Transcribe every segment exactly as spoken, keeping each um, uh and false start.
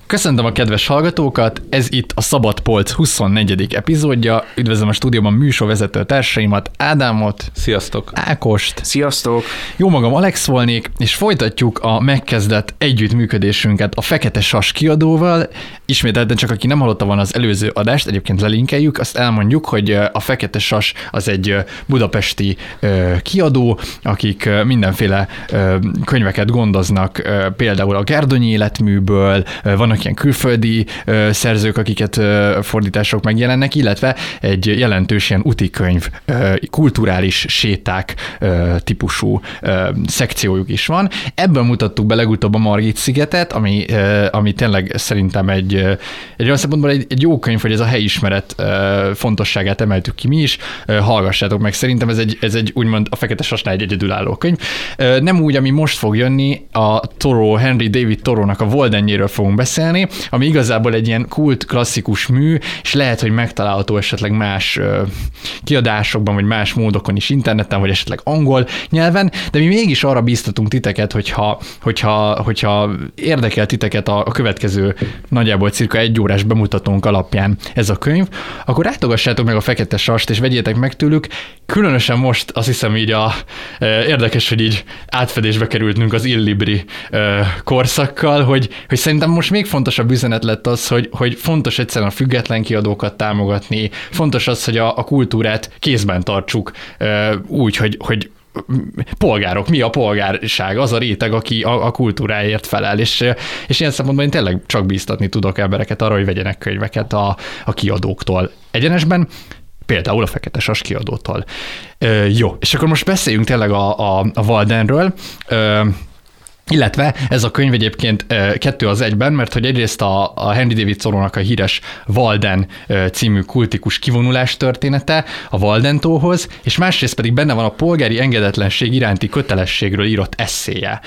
Köszöntöm a kedves hallgatókat, ez itt a Szabad Polc huszonnegyedik epizódja. Üdvözlöm a stúdióban műsorvezető társaimat, Ádámot. Sziasztok. Ákost. Sziasztok. Jó magam, Alex volnék, és folytatjuk a megkezdett együttműködésünket a Fekete Sas kiadóval. Ismételten csak aki nem hallotta volna az előző adást, egyébként lelinkeljük, azt elmondjuk, hogy a Fekete Sas az egy budapesti kiadó, akik mindenféle könyveket gondoznak, például a Gárdonyi életműből, vannak ilyen külföldi ö, szerzők, akiket ö, fordítások megjelennek, illetve egy jelentős ilyen útikönyv, ö, kulturális séták ö, típusú ö, szekciójuk is van. Ebből mutattuk be legutóbb a Margit-szigetet, ami, ö, ami tényleg szerintem egy, ö, egy olyan szempontból egy, egy jó könyv, hogy ez a helyismeret ö, fontosságát emeltük ki mi is. Ö, hallgassátok meg, szerintem ez egy, ez egy úgymond a Fekete Sasnál egy egyedülálló könyv. Ö, nem úgy, ami most fog jönni, a Thoreau, Henry David Thoreaunak a Waldenjéről fogunk beszélni, ami igazából egy ilyen kult klasszikus mű, és lehet, hogy megtalálható esetleg más ö, kiadásokban, vagy más módokon is interneten, vagy esetleg angol nyelven, de mi mégis arra bíztatunk titeket, hogyha, hogyha, hogyha érdekel titeket a, a következő nagyjából cirka egy órás bemutatónk alapján ez a könyv, akkor látogassátok meg a Fekete Sast, és vegyétek meg tőlük. Különösen most azt hiszem így a, e, érdekes, hogy így átfedésbe kerültünk az Illibri e, korszakkal, hogy, hogy szerintem most még fontosabb üzenet lett az, hogy, hogy fontos egyszerűen a független kiadókat támogatni, fontos az, hogy a, a kultúrát kézben tartsuk e, úgy, hogy, hogy polgárok, mi a polgárság, az a réteg, aki a, a kultúráért felel, és, és ilyen szempontból én tényleg csak bíztatni tudok embereket arra, hogy vegyenek könyveket a, a kiadóktól egyenesben, például a Fekete Sas kiadótól. Ö, jó, és akkor most beszéljünk tényleg a, a, a Waldenről, Ö, illetve ez a könyv egyébként kettő az egyben, mert hogy egyrészt a, a Henry David Thoreaunak a híres Walden című kultikus kivonulás története a Waldentóhoz, és másrészt pedig benne van a polgári engedetlenség iránti kötelességről írott esszéje.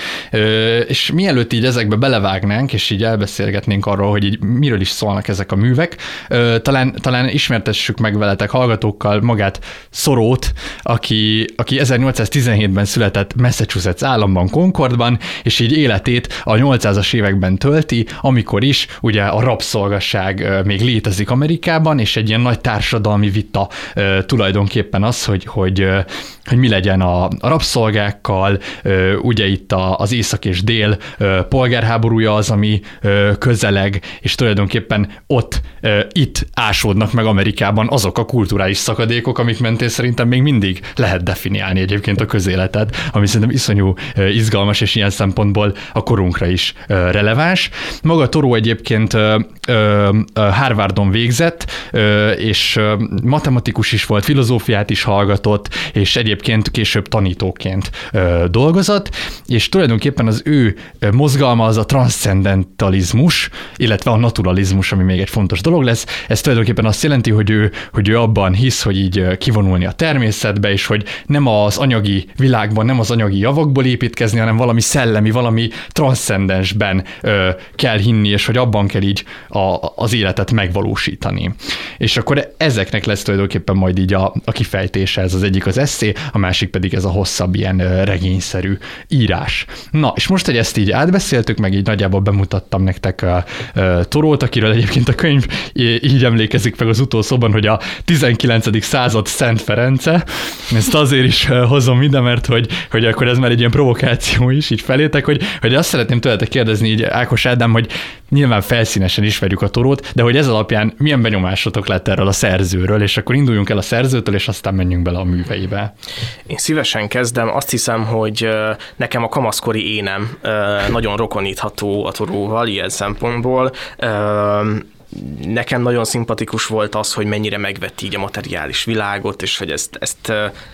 És mielőtt így ezekbe belevágnánk, és így elbeszélgetnénk arról, hogy így miről is szólnak ezek a művek, talán, talán ismertessük meg veletek hallgatókkal magát Thoreaut, aki, aki ezernyolcszáztizenhétben született Massachusetts államban, Concordban, és így életét a nyolcszázas években tölti, amikor is ugye a rabszolgaság még létezik Amerikában, és egy ilyen nagy társadalmi vita tulajdonképpen az, hogy, hogy, hogy mi legyen a, a rabszolgákkal, ugye itt az észak és dél polgárháborúja az, ami közeleg, és tulajdonképpen ott, itt ásódnak meg Amerikában azok a kulturális szakadékok, amik mentén szerintem még mindig lehet definiálni egyébként a közéletet, ami szerintem iszonyú izgalmas, és ilyen szempontból a korunkra is releváns. Maga Thoreau egyébként Harvardon végzett, és matematikus is volt, filozófiát is hallgatott, és egyébként később tanítóként dolgozott, és tulajdonképpen az ő mozgalma az a transzcendentalizmus, illetve a naturalizmus, ami még egy fontos dolog lesz. Ez tulajdonképpen azt jelenti, hogy ő, hogy ő abban hisz, hogy így kivonulni a természetbe, és hogy nem az anyagi világban, nem az anyagi javakból építkezni, hanem valami szellemi, valami transzcendensben ö, kell hinni, és hogy abban kell így a, az életet megvalósítani. És akkor ezeknek lesz tulajdonképpen majd így a, a kifejtése, ez az egyik az esszé, a másik pedig ez a hosszabb ilyen ö, regényszerű írás. Na, és most, hogy ezt így átbeszéltük, meg így nagyjából bemutattam nektek a, a Thoreaut, akiről egyébként a könyv így emlékezik meg az utolsóban, hogy a tizenkilencedik század Szent Ference. Ezt azért is hozom ide, mert hogy, hogy akkor ez már egy ilyen provokáció is így felétek, hogy, hogy azt szeretném tőletek kérdezni így Ákos Ádám, hogy nyilván felszínesen ismerjük a Thoreaut, de hogy ez alapján milyen benyomásotok lett erről a szerzőről, és akkor induljunk el a szerzőtől, és aztán menjünk bele a műveibe. Én szívesen kezdem. Azt hiszem, hogy nekem a kamaszkori énem nagyon rokonítható a Thoreauval ilyen szempontból. Nekem nagyon szimpatikus volt az, hogy mennyire megvett így a materiális világot, és hogy ezt, ezt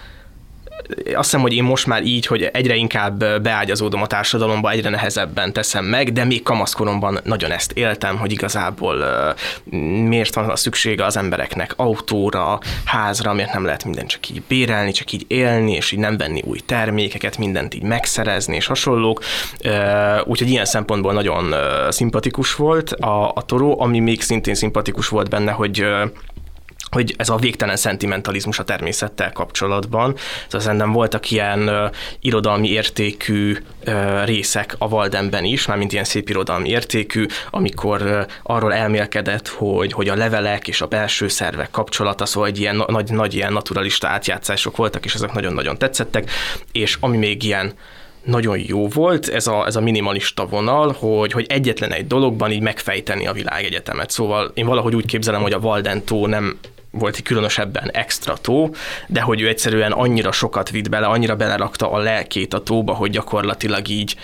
azt hiszem, hogy én most már így, hogy egyre inkább beágyazódom a társadalomba, egyre nehezebben teszem meg, de még kamaszkoromban nagyon ezt éltem, hogy igazából miért van a szüksége az embereknek autóra, házra, miért nem lehet mindent csak így bérelni, csak így élni, és így nem venni új termékeket, mindent így megszerezni, és hasonlók. Úgyhogy ilyen szempontból nagyon szimpatikus volt a, a Thoreau, ami még szintén szimpatikus volt benne, hogy hogy ez a végtelen szentimentalizmus a természettel kapcsolatban. Szóval szerintem voltak ilyen uh, irodalmi értékű uh, részek a Waldenben is, mármint ilyen szép irodalmi értékű, amikor uh, arról elmélkedett, hogy, hogy a levelek és a belső szervek kapcsolata, szóval egy ilyen nagy, nagy ilyen naturalista átjátszások voltak, és ezek nagyon-nagyon tetszettek, és ami még ilyen nagyon jó volt, ez a, ez a minimalista vonal, hogy, hogy egyetlen egy dologban így megfejteni a világegyetemet. Szóval én valahogy úgy képzelem, hogy a Walden tó nem volt különösebben extra tó, de hogy ő egyszerűen annyira sokat vitt bele, annyira belerakta a lelkét a tóba, hogy gyakorlatilag így,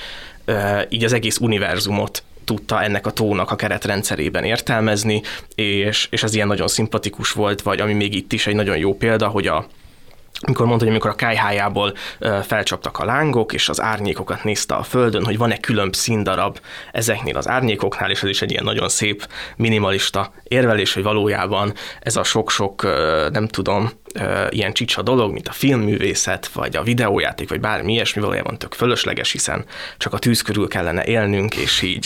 így az egész univerzumot tudta ennek a tónak a keretrendszerében értelmezni, és, és ez ilyen nagyon szimpatikus volt, vagy ami még itt is egy nagyon jó példa, hogy a amikor mondta, hogy amikor a kályhájából felcsaptak a lángok, és az árnyékokat nézte a földön, hogy van-e különb színdarab ezeknél az árnyékoknál, és ez is egy ilyen nagyon szép minimalista érvelés, hogy valójában ez a sok-sok, nem tudom, ilyen csicsa dolog, mint a filmművészet, vagy a videójáték, vagy bármi ilyesmi valójában tök fölösleges, hiszen csak a tűz körül kellene élnünk, és így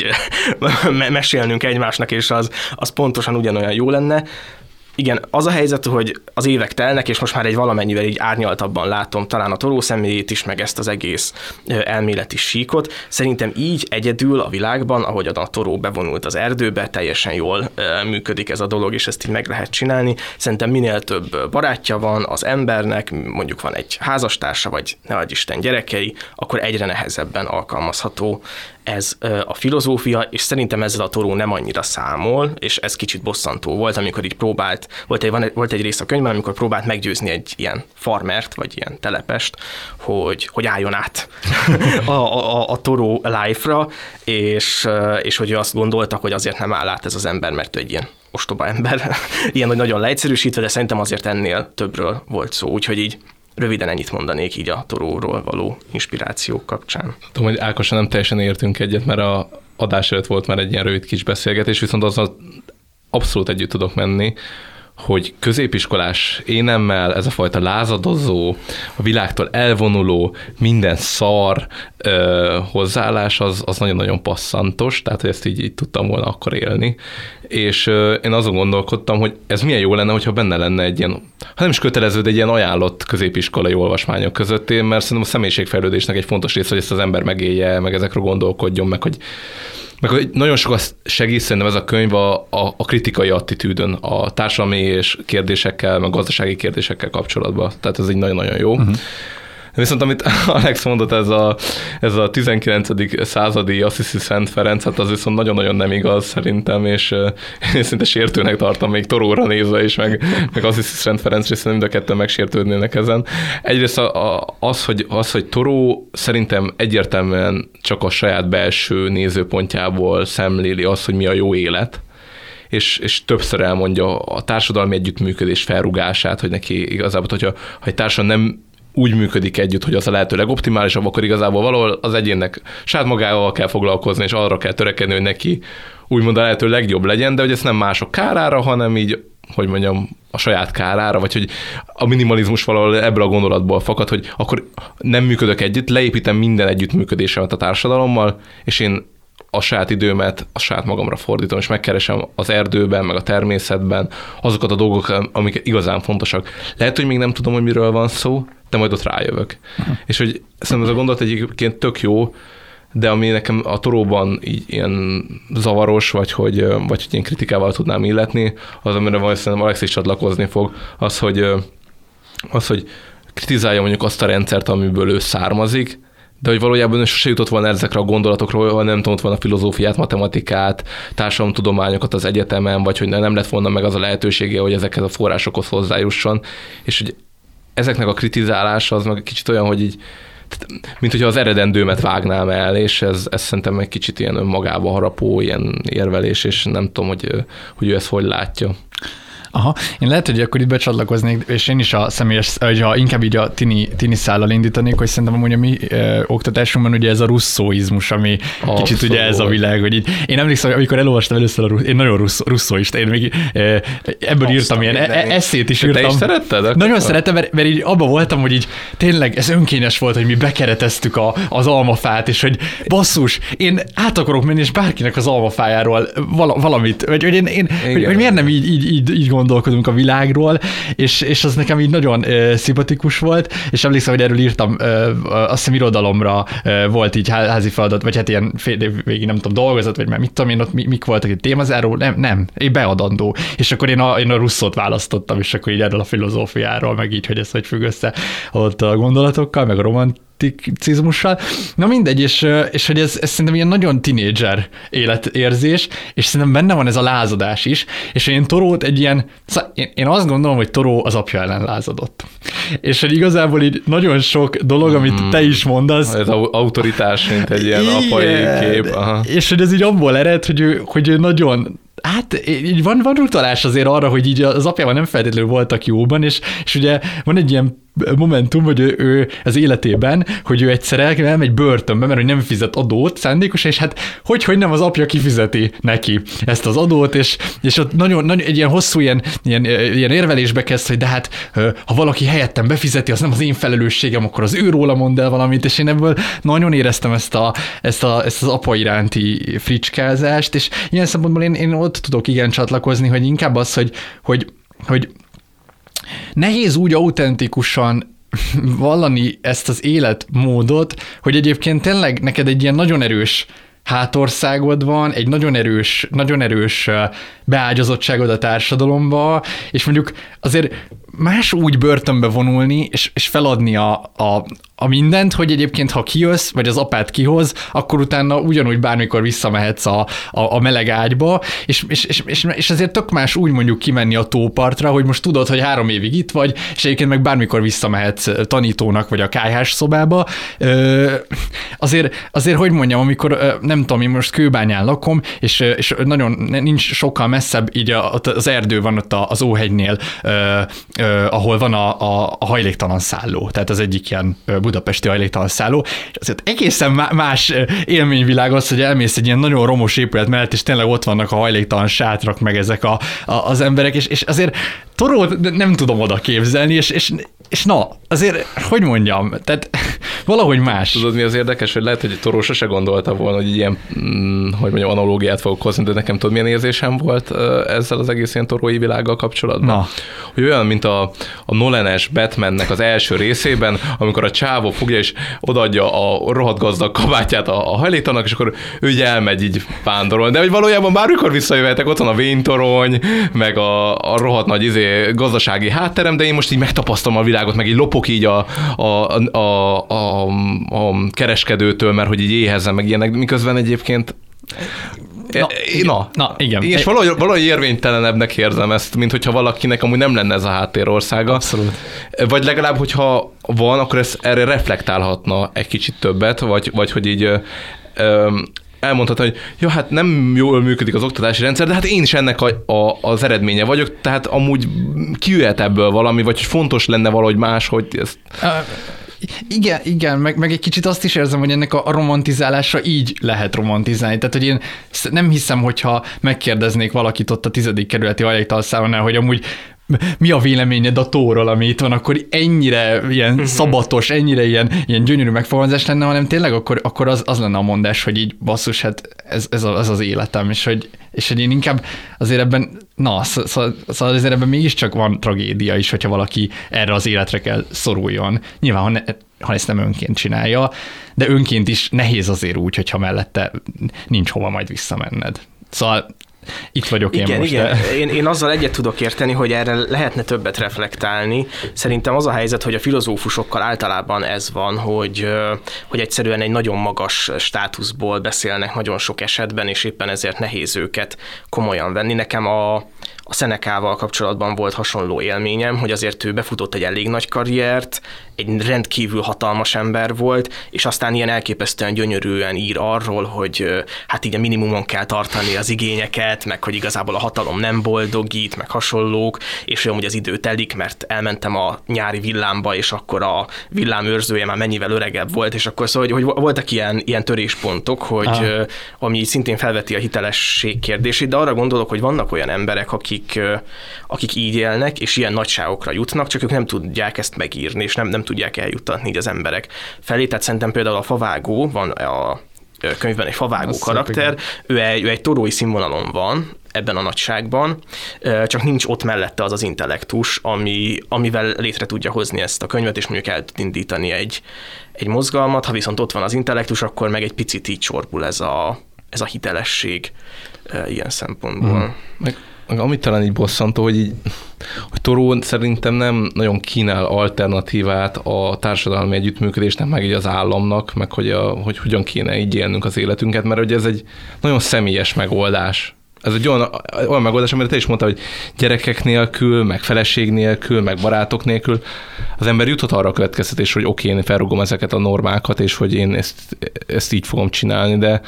mesélnünk egymásnak, és az, az pontosan ugyanolyan jó lenne. Igen, az a helyzet, hogy az évek telnek, és most már egy valamennyivel így árnyaltabban látom talán a Thoreau személyét is, meg ezt az egész elméleti síkot. Szerintem így egyedül a világban, ahogy a Thoreau bevonult az erdőbe, teljesen jól működik ez a dolog, és ezt így meg lehet csinálni. Szerintem minél több barátja van az embernek, mondjuk van egy házastársa, vagy ne adj Isten gyerekei, akkor egyre nehezebben alkalmazható ez a filozófia, és szerintem ezzel a Thoreau nem annyira számol, és ez kicsit bosszantó volt, amikor így próbált, volt egy, van, volt egy rész a könyvben, amikor próbált meggyőzni egy ilyen farmert, vagy ilyen telepest, hogy, hogy álljon át a, a, a Thoreau life-ra, és, és hogy ő azt gondolta, hogy azért nem áll át ez az ember, mert ő egy ilyen ostoba ember, ilyen, hogy nagyon leegyszerűsítve, de szerintem azért ennél többről volt szó, úgyhogy így röviden ennyit mondanék így a Thoreauról való inspirációk kapcsán. Tudom, hogy Ákossal nem teljesen értünk egyet, mert a adás előtt volt már egy ilyen rövid kis beszélgetés, viszont azzal abszolút együtt tudok menni, hogy középiskolás énemmel ez a fajta lázadozó, a világtól elvonuló, minden szar ö, hozzáállás az, az nagyon-nagyon passzantos, tehát hogy ezt így, így tudtam volna akkor élni. És ö, én azon gondolkodtam, hogy ez milyen jó lenne, hogyha benne lenne egy ilyen, ha nem is kötelező, de egy ilyen ajánlott középiskolai olvasmányok között, én, mert szerintem a személyiségfejlődésnek egy fontos része, hogy ezt az ember megélje, meg ezekről gondolkodjon, meg hogy Meg nagyon sokat segít szerintem ez a könyv a, a, a kritikai attitűdön, a társadalmi és kérdésekkel, meg gazdasági kérdésekkel kapcsolatban. Tehát ez így nagyon-nagyon jó. Uh-huh. Viszont amit Alex mondott, ez a, ez a tizenkilencedik századi Assisi Szent Ferenc, hát az viszont nagyon-nagyon nem igaz szerintem, és én szinte sértőnek tartom még Thoreaura nézve is, meg, meg Assisi Szent Ferenc részén mind a ketten megsértődnének ezen. Egyrészt az, hogy, az, hogy Thoreau szerintem egyértelműen csak a saját belső nézőpontjából szemléli azt, hogy mi a jó élet, és, és többször elmondja a társadalmi együttműködés felrugását, hogy neki igazából, hogyha ha egy társadalom nem úgy működik együtt, hogy az a lehető legoptimálisabb, akkor igazából valahol az egyénnek saját magával kell foglalkozni, és arra kell törekedni, hogy neki úgymond a lehető legjobb legyen, de hogy ez nem mások kárára, hanem így, hogy mondjam, a saját kárára, vagy hogy a minimalizmus valahol ebből a gondolatból fakad, hogy akkor nem működök együtt, leépítem minden együttműködésemet a társadalommal, és én a saját időmet a saját magamra fordítom, és megkeresem az erdőben, meg a természetben azokat a dolgokat, amik igazán fontosak. Lehet, hogy még nem tudom, hogy miről van szó, de majd ott rájövök. Uh-huh. És hogy szerintem ez a gondolat egyébként tök jó, de ami nekem a Thoreauban így ilyen zavaros, vagy hogy, vagy hogy ilyen kritikával tudnám illetni, az, amire majd szerintem Alex is csatlakozni fog, az, hogy, az, hogy kritizálja mondjuk azt a rendszert, amiből ő származik, de hogy valójában ő sose jutott volna ezekre a gondolatokról, hogy nem tanult volna filozófiát, matematikát, társadalomtudományokat az egyetemen, vagy hogy nem lett volna meg az a lehetősége, hogy ezekhez a forrásokhoz hozzájusson. És hogy ezeknek a kritizálása az meg kicsit olyan, hogy így, mint hogyha az eredendőmet vágnám el, és ez, ez szerintem egy kicsit ilyen önmagába harapó ilyen érvelés, és nem tudom, hogy, hogy ő ezt hogy látja. Aha, én lehet, hogy akkor itt becsatlakoznék, és én is a személyes, vagy ha inkább így a tini, tini szállal indítanék, hogy szerintem amúgy a mi ö, oktatásunkban ugye ez a russzóizmus, ami Abszolút. Kicsit ugye ez a világ, hogy így, én emlékszem, hogy amikor elolvastam először a rusz, én nagyon russz, russzóista, én még ö, ebből Aztán írtam ilyen e- eszét is írtam. Te is szeretted? Nagyon szeretem, mert, mert így abban voltam, hogy így tényleg ez önkényes volt, hogy mi bekereteztük a, az almafát, és hogy basszus, én át akarok menni, és bárkinek az almafájáról vala, valamit, vagy hogy én, én hogy, hogy miért nem így, így, így, így gondolom, gondolkodunk a világról, és, és az nekem így nagyon uh, szimpatikus volt, és emlékszem, hogy erről írtam, uh, azt hiszem irodalomra uh, volt így házi feladat, vagy hát ilyen fél év végig, nem tudom, dolgozat, vagy már mit tudom én, ott mik voltak egy témazáró, nem, nem, egy beadandó. És akkor én a, én a Russzót választottam, és akkor így erről a filozófiáról, meg így, hogy ez hogy függ össze ott a gondolatokkal, meg a romanticizmussal. Na mindegy, és, és hogy ez, ez szerintem ilyen nagyon tinédzser életérzés, és szerintem benne van ez a lázadás is, és én Torót egy ilyen, szóval én, én azt gondolom, hogy Toró az apja ellen lázadott. És hogy igazából így nagyon sok dolog, amit te is mondasz. Ez autoritás, mint egy ilyen igen, apai kép. Aha. És hogy ez így abból ered, hogy ő, hogy ő nagyon, hát így van, van utalás azért arra, hogy így az apjával nem feltétlenül voltak jóban, és, és ugye van egy ilyen momentum, hogy ő, ő az életében, hogy ő egyszer elmegy börtönbe, mert hogy nem fizet adót szándékosan, és hát hogy, hogy nem az apja kifizeti neki ezt az adót, és, és ott nagyon, nagyon egy ilyen hosszú ilyen, ilyen, ilyen érvelésbe kezd, hogy de hát ha valaki helyettem befizeti, az nem az én felelősségem, akkor az ő róla mond el valamit, és én ebből nagyon éreztem ezt, a, ezt, a, ezt az apa iránti fricskázást, és ilyen szempontból én, én ott tudok igen csatlakozni, hogy inkább az, hogy, hogy, hogy nehéz úgy autentikusan vallani ezt az életmódot, hogy egyébként tényleg neked egy ilyen nagyon erős hátországod van, egy nagyon erős, nagyon erős beágyazottságod a társadalomba, és mondjuk azért más úgy börtönbe vonulni, és, és feladni a, a, a mindent, hogy egyébként ha kijössz, vagy az apád kihoz, akkor utána ugyanúgy bármikor visszamehetsz a, a, a meleg ágyba, és, és, és, és, és ezért tök más úgy mondjuk kimenni a tópartra, hogy most tudod, hogy három évig itt vagy, és egyébként meg bármikor visszamehetsz tanítónak, vagy a kályhás szobába. Ö, azért, azért, hogy mondjam, amikor nem tudom, én most Kőbányán lakom, és, és nagyon nincs sokkal messzebb, így az erdő van ott az Óhegynél, ö, ö, ahol van a, a, a hajléktalan szálló, tehát az egyik ilyen budapesti hajléktalan szálló, és azért egészen más élményvilág az, hogy elmész egy ilyen nagyon romos épület mellett, és tényleg ott vannak a hajléktalan sátrak, meg ezek a, a, az emberek, és, és azért Torót nem tudom oda képzelni, és, és, és na, azért, hogy mondjam, tehát valahogy más. Tudod, mi az érdekes, hogy lehet, hogy Toró sose gondolta volna, hogy ilyen, mm, hogy mondjam, analógiát fogok hozni, de nekem tudod, milyen érzésem volt ezzel az egész ilyen torói világgal kapcsolatban? Na. Hogy olyan, mint a, a Nolan-es Batmannek az első részében, amikor a csávó fogja és odaadja a rohadt gazdag kabátját a, a hajléktalannak, és akkor ő így elmegy így vándorolni. De hogy valójában bármikor visszajövetek, ott van a vénytorony, meg a, a rohadt nagy izé, gazdasági hátterem, de én most így megtapasztalom a világot, meg így lopok így a, a, a, a, a kereskedőtől, mert hogy így éhezzem, meg ilyenek, miközben egyébként Na, Na, na igen. És valahogy, valahogy érvénytelenebbnek érzem ezt, mint hogyha valakinek amúgy nem lenne ez a háttérországa. Abszolút. Vagy legalább, hogyha van, akkor ez erre reflektálhatna egy kicsit többet, vagy, vagy hogy így ö, ö, elmondhatna, hogy jó, hát nem jól működik az oktatási rendszer, de hát én is ennek a, a, az eredménye vagyok, tehát amúgy kijöhet ebből valami, vagy hogy fontos lenne valahogy más, hogy ezt... Uh. Igen, igen, meg, meg egy kicsit azt is érzem, hogy ennek a romantizálása így lehet romantizálni. Tehát, hogy én nem hiszem, hogyha megkérdeznék valakit ott a tizedik kerületi hajléktalan szállónál, hogy amúgy mi a véleményed a tóról, ami itt van, akkor ennyire ilyen uh-huh. szabatos, ennyire ilyen, ilyen gyönyörű megfogalmazás lenne, hanem tényleg akkor, akkor az, az lenne a mondás, hogy így basszus, hát ez, ez, a, ez az életem, és hogy, és hogy én inkább azért ebben, na, szóval, szóval azért ebben mégiscsak van tragédia is, hogyha valaki erre az életre kell szoruljon. Nyilván, ha, ne, ha ezt nem önként csinálja, de önként is nehéz azért úgy, hogyha mellette nincs hova majd visszamenned. Szóval itt vagyok igen, én most. Igen, de... én, én azzal egyet tudok érteni, hogy erre lehetne többet reflektálni. Szerintem az a helyzet, hogy a filozófusokkal általában ez van, hogy, hogy egyszerűen egy nagyon magas státuszból beszélnek nagyon sok esetben, és éppen ezért nehéz őket komolyan venni. Nekem a, a Senecával kapcsolatban volt hasonló élményem, hogy azért ő befutott egy elég nagy karriert, egy rendkívül hatalmas ember volt, és aztán ilyen elképesztően gyönyörűen ír arról, hogy hát így a minimumon kell tartani az igényeket, meg hogy igazából a hatalom nem boldogít, meg hasonlók, és hogy az idő telik, mert elmentem a nyári villámba, és akkor a villám őrzője már mennyivel öregebb volt, és akkor szóval, hogy, hogy voltak ilyen, ilyen töréspontok, hogy ah. ami szintén felveti a hitelesség kérdését, de arra gondolok, hogy vannak olyan emberek, akik, akik így élnek, és ilyen nagyságokra jutnak, csak ők nem tudják ezt megírni, és nem, nem tudják eljuttatni így az emberek felé. Tehát szerintem például a Favágó van a könyvben egy favágó Az karakter, ő egy, ő egy torói színvonalon van, ebben a nagyságban, csak nincs ott mellette az az intellektus, ami, amivel létre tudja hozni ezt a könyvet, és mondjuk el tud indítani egy, egy mozgalmat. Ha viszont ott van az intellektus, akkor meg egy picit így csorbul ez a, ez a hitelesség ilyen szempontból. Hmm. Meg, meg amit talán így bosszantó, hogy így hogy Thoreau szerintem nem nagyon kínál alternatívát a társadalmi együttműködésnek, meg így az államnak, meg hogy, a, hogy hogyan kéne így élnünk az életünket, mert ugye ez egy nagyon személyes megoldás. Ez egy olyan, olyan megoldás, amire te is mondtad, hogy gyerekek nélkül, meg feleség nélkül, meg barátok nélkül az ember juthat arra a következtetés, hogy oké, én felrugom ezeket a normákat, és hogy én ezt, ezt így fogom csinálni, de,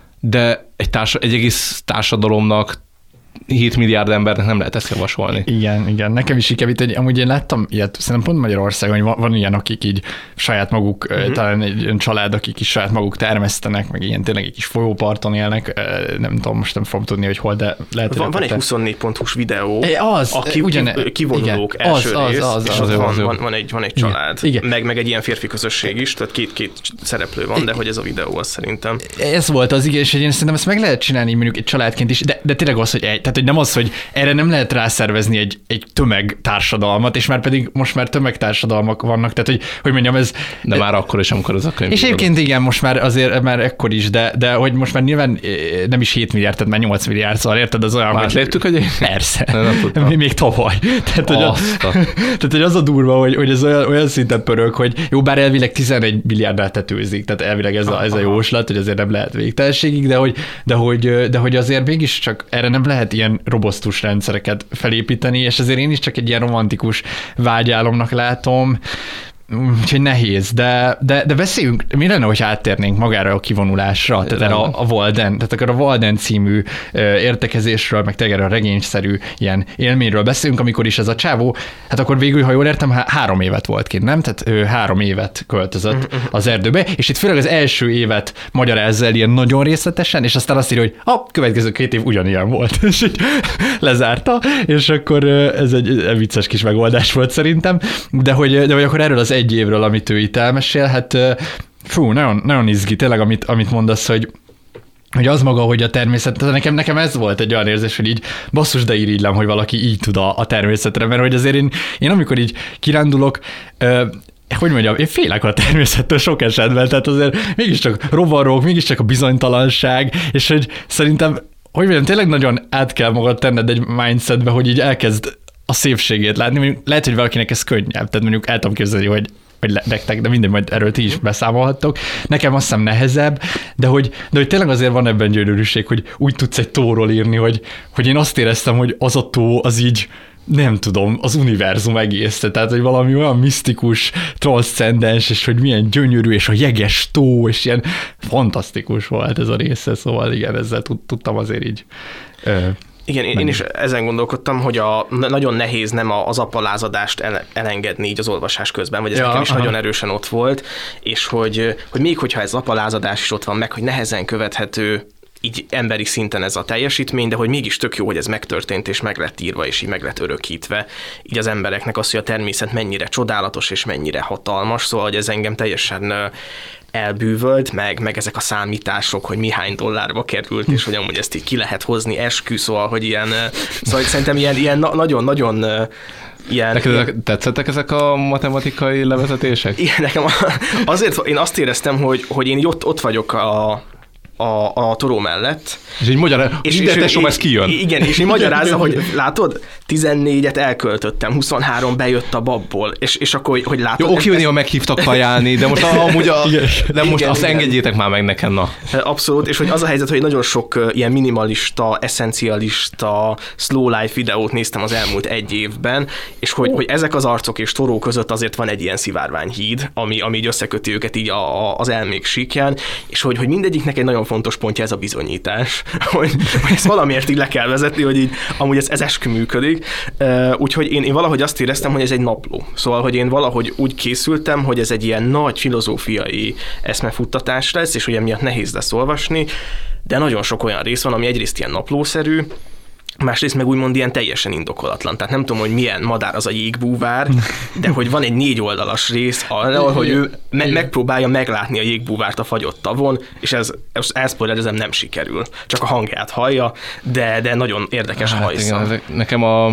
de egy, társa, egy egész társadalomnak, hét milliárd embernek nem lehet ezt javasolni. Igen, igen. Nekem is így kevít, hogy amúgy én láttam ilyet, szerintem pont Magyarországon, hogy van, van ilyen, akik így saját maguk, uh-huh. talán egy olyan család, akik is saját maguk termesztenek, meg ilyen tényleg egy kis folyóparton élnek, nem tudom, most nem fogom tudni, hogy hol, de lehet, Van, van egy huszonnégy pont hu-s videó, az, a ki, ugyan, kivonulók igen, első az, rész, az, az, és az, az az, van, az, van, van, egy, van egy család, igen. Meg, meg egy ilyen férfi közösség is, tehát két-két szereplő van, de hogy ez a videó az szerintem. Ez volt az, igen, és én szerintem ezt meg lehet csinálni mondjuk egy családként is, de, de tényleg az, hogy egy, tehát hogy nem az, hogy erre nem lehet rászervezni egy, egy tömegtársadalmat, és már pedig most már tömegtársadalmak vannak, tehát hogy, hogy mondjam, ez... De, de már akkor is, amikor az a könyv. És egyébként igen, most már azért már ekkor is, de, de hogy most már nyilván nem is hét milliárd, tehát már nyolc milliárd, szóval érted, az olyan, már hogy... léptük, hogy... Persze. Nem, nem még tavaly. Tehát, hogy, a, tehát, hogy az a durva, hogy, hogy ez olyan, olyan szinten pörög, hogy jó, bár elvileg tizenegy milliárdnál tetőzik, tehát elvileg ez a, ez a jóslat, hogy azért nem lehet végtelenségig, de hogy, de hogy, de hogy azért mégiscsak erre nem lehet ilyen robosztus rendszereket felépíteni, és ezért én is csak egy ilyen romantikus vágyálomnak látom, úgyhogy nehéz, de, de, de beszéljünk, mi lenne, hogy áttérnénk magára a kivonulásra, tehát erre a, a Walden, tehát akkor a Walden című értekezésről, meg tényleg a regényszerű ilyen élményről beszélünk, amikor is ez a csávó, hát akkor végül, ha jól értem, há- három évet volt kint, nem? Tehát ő három évet költözött az erdőbe, és itt főleg az első évet magyarázza el ilyen nagyon részletesen, és aztán azt írja, hogy a következő két év ugyanilyen volt, és így lezárta, és akkor ez egy, egy vicces kis megoldás volt szerintem, de hogy, de hogy akkor erről az egy évről, amit ő itt elmesél, hát fú, nagyon, nagyon izgi, tényleg, amit, amit mondasz, hogy hogy az maga, hogy a természet, nekem, nekem ez volt egy olyan érzés, hogy így basszus, de irigylem, hogy valaki így tud a, a természetre, mert hogy azért én, én amikor így kirándulok, ö, hogy mondjam, én félek a természettől sok esetben, tehát azért mégiscsak rovarok, mégiscsak a bizonytalanság, és hogy szerintem, hogy mondjam, tényleg nagyon át kell magad tenned egy mindsetbe, hogy így elkezd a szépségét látni, mondjuk lehet, hogy valakinek ez könnyebb, tehát mondjuk el tudom képzelni, hogy vagy nektek, de mindegy, majd erről ti is beszámolhattok. Nekem azt hiszem nehezebb, de hogy, de hogy tényleg azért van ebben gyönyörűség, hogy úgy tudsz egy tóról írni, hogy, hogy én azt éreztem, hogy az a tó, az így nem tudom, az univerzum egész, tehát hogy valami olyan misztikus, transzcendens, és hogy milyen gyönyörű, és a jeges tó, és ilyen fantasztikus volt ez a része, szóval igen, ezzel tudtam azért így ö, Igen, én, én is ezen gondolkodtam, hogy a, nagyon nehéz nem az apalázadást el, elengedni így az olvasás közben, vagy ez ja, nekem is aha. nagyon erősen ott volt, és hogy, hogy még hogyha ez apalázadás is ott van meg, hogy nehezen követhető így emberi szinten ez a teljesítmény, de hogy mégis tök jó, hogy ez megtörtént, és meg lett írva, és így meg lett örökítve. Így az embereknek az, hogy a természet mennyire csodálatos, és mennyire hatalmas, szóval hogy ez engem teljesen elbűvölt, meg, meg ezek a számítások, hogy mi hány dollárba került, és hogy amúgy ezt így ki lehet hozni, eskü, szóval, hogy ilyen, szóval szerintem ilyen, ilyen nagyon-nagyon ilyen... Neked ilyen, tetszettek ezek a matematikai levezetések? Igen, nekem azért én azt éreztem, hogy, hogy én ott, ott vagyok a a, a Thoreau mellett. És így magyarázza, és minden tesóm ez kijön. Igen, és így magyarázza, hogy látod, tizennégyet elköltöttem, huszonhárom bejött a babból, és, és akkor, hogy látod... Jó, oké, hogy néha meghívtak kajálni, de most amúgy a, de most igen, azt igen. engedjétek már meg nekem, na. Abszolút, és hogy az a helyzet, hogy nagyon sok ilyen minimalista, eszencialista, slow life videót néztem az elmúlt egy évben, és hogy, hogy ezek az arcok és Thoreau között azért van egy ilyen szivárványhíd, ami, ami így összeköti őket így a, a, az elmék síkján, és hogy, hogy mindegyiknek egy nagyon fontos pontja ez a bizonyítás, hogy, hogy ezt valamiért így le kell vezetni, hogy így amúgy ez, ez eskü működik. Úgyhogy én, én valahogy azt éreztem, hogy ez egy napló. Szóval, hogy én valahogy úgy készültem, hogy ez egy ilyen nagy filozófiai eszmefuttatás lesz, és hogy emiatt nehéz lesz olvasni, de nagyon sok olyan rész van, ami egyrészt ilyen naplószerű, másrészt meg úgymond ilyen teljesen indokolatlan. Tehát nem tudom, hogy milyen madár az a jégbúvár, de hogy van egy négy oldalas rész arra, hogy ő me- megpróbálja meglátni a jégbúvárt a fagyott tavon, és ez, ez elszpoilerezem, nem sikerül. Csak a hangját hallja, de, de nagyon érdekes hát hajszal. Igen, nekem a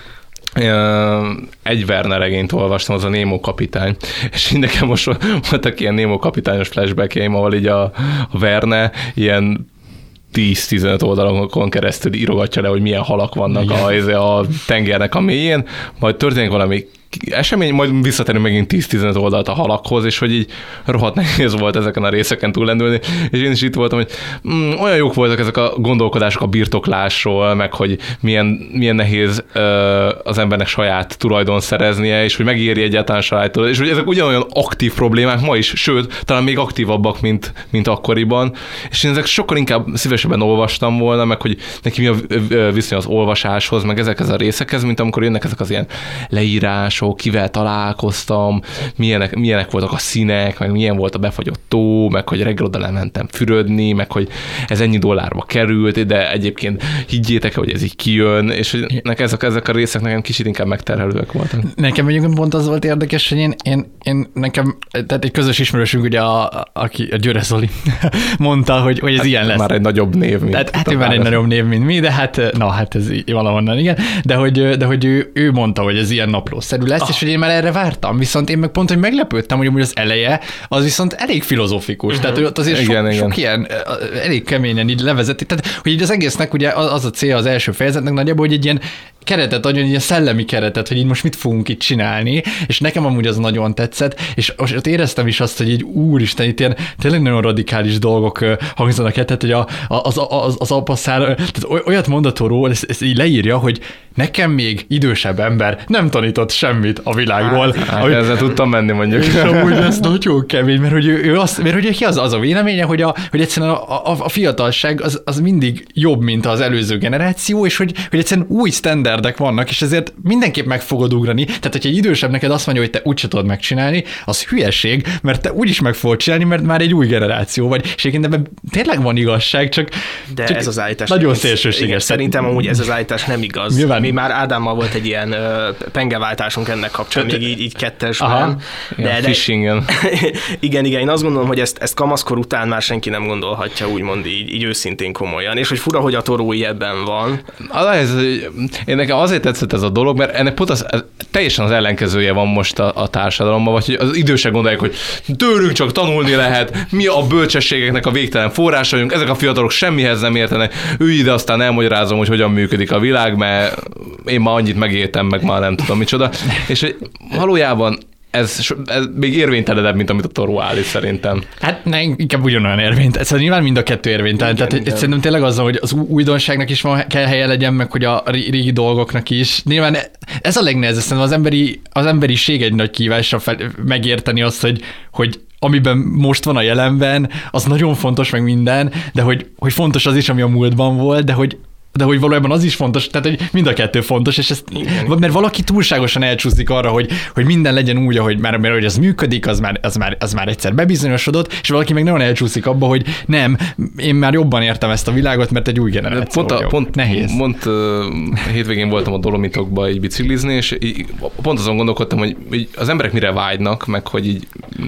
egy Verne regényt olvastam, az a Nemo kapitány, és nekem most voltak ilyen Nemo kapitányos flashbackjeim, ahol így a, a Verne ilyen tíz-tizenöt oldalakon keresztül írogatja le, hogy milyen halak vannak a, a tengernek a mélyén, majd történik valami esemény, majd visszatérünk megint tíz-tizenöt oldalt a halakhoz, és hogy így rohadt nehéz volt ezeken a részeken túllendülni, és én is itt voltam, hogy mm, olyan jók voltak ezek a gondolkodások a birtoklásról, meg hogy milyen, milyen nehéz ö, az embernek saját tulajdon szereznie, és hogy megéri egyáltalán sajáttól, és hogy ezek ugyanolyan aktív problémák ma is, sőt, talán még aktívabbak, mint, mint akkoriban, és én ezek sokkal inkább szívesebben olvastam volna, meg hogy neki mi a viszony az olvasáshoz, meg ezekhez a részekhez, mint amikor jönnek ezek az ilyen leírások, kivel találkoztam, milyenek, milyenek voltak a színek, meg milyen volt a befagyott tó, meg hogy reggel oda lementem fürödni, meg hogy ez ennyi dollárba került, de egyébként higgyétek, hogy ez így kijön, és hogy nekem ezek, ezek a részek nekem kicsit inkább megterhelőek voltak. Nekem egyébként pont az volt érdekes, hogy én, én, én nekem, tehát egy közös ismerősünk, ugye a, a, aki, a Győre Zoli mondta, hogy, hogy ez hát ilyen lesz. Már egy nagyobb név, mint tehát, hát ő már egy nagyobb név, mint mi, de hát, na hát ez valahonnan, igen, de hogy, de hogy ő, ő mondta, hogy ez ilyen naplószerű lesz, ah. és hogy én már erre vártam, viszont én meg pont, hogy meglepődtem, hogy az eleje az viszont elég filozófikus, uh-huh. tehát hogy ott azért igen, sok, igen. sok ilyen elég keményen így levezeti, tehát hogy így az egésznek ugye az a célja az első fejezetnek nagyjából, hogy egy ilyen keretet adjon, egy ilyen szellemi keretet, hogy így most mit fogunk itt csinálni, és nekem amúgy az nagyon tetszett, és ott éreztem is azt, hogy így úristen, itt ilyen tényleg nagyon radikális dolgok hangzanak el, tehát hogy a, az, az, az apaszár, tehát olyat mondatóról, ezt, ezt így leírja, hogy nekem még idősebb ember nem tanított semmit a világról. Hát, hát ezzel tudtam menni mondjuk. És amúgy ez nagyon kemény, mert hogy ő, ő azt, mert hogy az, az a véleménye, hogy, a, hogy egyszerűen a, a, a fiatalság az, az mindig jobb, mint az előző generáció, és hogy, hogy egyszerűen új standardek vannak, és ezért mindenképp meg fogod ugrani. Tehát, hogyha egy idősebb neked azt mondja, hogy te úgyse tudod megcsinálni, az hülyeség, mert te úgyis meg fogod csinálni, mert már egy új generáció vagy. És egyébként ebben tényleg van igazság, csak, de csak ez az állítás nagyon szélsőséges. Szerintem amúgy ez az állítás nem igaz. Nyilván. Mi már Ádámmal volt egy ilyen uh, pengeváltásunk ennek kapcsán, még így, így kettesben. De, de, fishingen. igen, igen, én azt gondolom, hogy ezt, ezt kamaszkor után már senki nem gondolhatja, úgymond így, így őszintén komolyan. És hogy fura, hogy a Torói ebben van. Az, én nekem azért tetszett ez a dolog, mert ennek pont az, teljesen az ellenkezője van most a, a társadalomban, vagy hogy az idősek gondolják, hogy tőlünk csak tanulni lehet, mi a bölcsességeknek a végtelen forrásaink, ezek a fiatalok semmihez nem értenek, ülj ide, aztán elmagyarázom, hogy hogyan működik a világ, mert én már annyit megértem, meg már nem tudom micsoda. És valójában ez, ez még érvénytelenebb, mint amit a Toró állít szerintem. Hát ne, inkább ugyanolyan érvényt. Ez nyilván mind a kettő érvénytelen. Tehát igen. Szerintem tényleg az, hogy az újdonságnak is van, kell helye legyen, meg hogy a régi dolgoknak is. Nyilván ez a legnehezebb, szerintem az, emberi, az emberiség egy nagy kívásra fel, megérteni azt, hogy, hogy amiben most van a jelenben, az nagyon fontos, meg minden, de hogy, hogy fontos az is, ami a múltban volt, de hogy de hogy valójában az is fontos, tehát hogy mind a kettő fontos, és ezt, mert valaki túlságosan elcsúszik arra, hogy, hogy minden legyen úgy, ahogy már, mert hogy ez működik, az már, az, már, az már egyszer bebizonyosodott, és valaki meg nagyon elcsúszik abba, hogy nem, én már jobban értem ezt a világot, mert egy új generáció. Pont, a, pont nehéz. Pont uh, hétvégén voltam a Dolomitokba így biciklizni, és így, pont azon gondolkodtam, hogy így az emberek mire vágynak, meg hogy így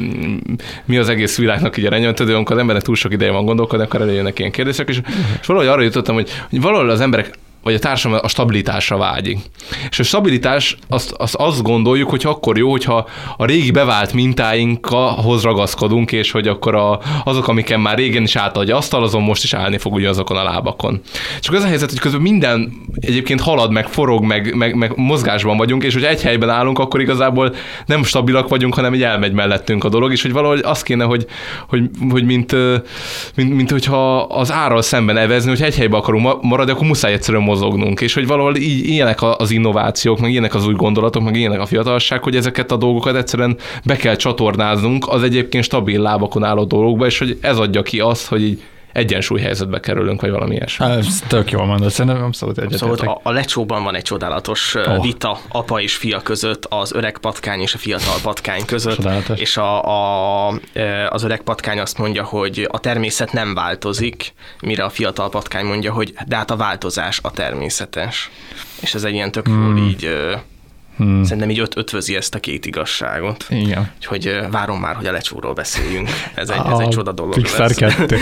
mi az egész világnak így a renyöntődő, amikor az embernek túl sok ideje van gondolkodni, akkor előjönnek ilyen kérdések, és, és valahogy arra jutottam, hogy, hogy valahol az emberek vagy a társadalom a stabilitásra vágyik. És a stabilitás, azt, azt, azt gondoljuk, hogy akkor jó, hogyha a régi bevált mintáinkhoz ragaszkodunk, és hogy akkor a, azok, amiken már régen is állt egy asztal, azon most is állni fog ugye azokon a lábakon. Csak az a helyzet, hogy közben minden egyébként halad, meg forog, meg, meg, meg mozgásban vagyunk, és hogy egy helyben állunk, akkor igazából nem stabilak vagyunk, hanem így elmegy mellettünk a dolog, és hogy valahogy az kéne, hogy, hogy, hogy mint, mint, mint hogyha az árral szemben evezni, hogy egy helyben akarunk maradni, akkor muszáj egyszerűen mozognunk, és hogy valahol így ilyenek az innovációk, meg ilyenek az új gondolatok, meg ilyenek a fiatalság, hogy ezeket a dolgokat egyszerűen be kell csatornáznunk az egyébként stabil lábakon álló dolgokba, és hogy ez adja ki azt, hogy így egyensúlyhelyzetbe kerülünk, vagy valami ilyesmi. Ez tök jól mondod, szerintem abszolút egyetértek. Szóval a, a Lecsóban van egy csodálatos oh. vita apa és fia között, az öreg patkány és a fiatal patkány között, csodálatos. És a, a, az öreg patkány azt mondja, hogy a természet nem változik, mire a fiatal patkány mondja, hogy de hát a változás a természetes. És ez egy ilyen tök jól hmm. így... Hmm. Szerintem így öt ötvözi ezt a két igazságot. Igen. Úgyhogy várom már, hogy a Lecsóról beszéljünk. Ez egy, ez egy csoda dolog Pixar lesz. kettő.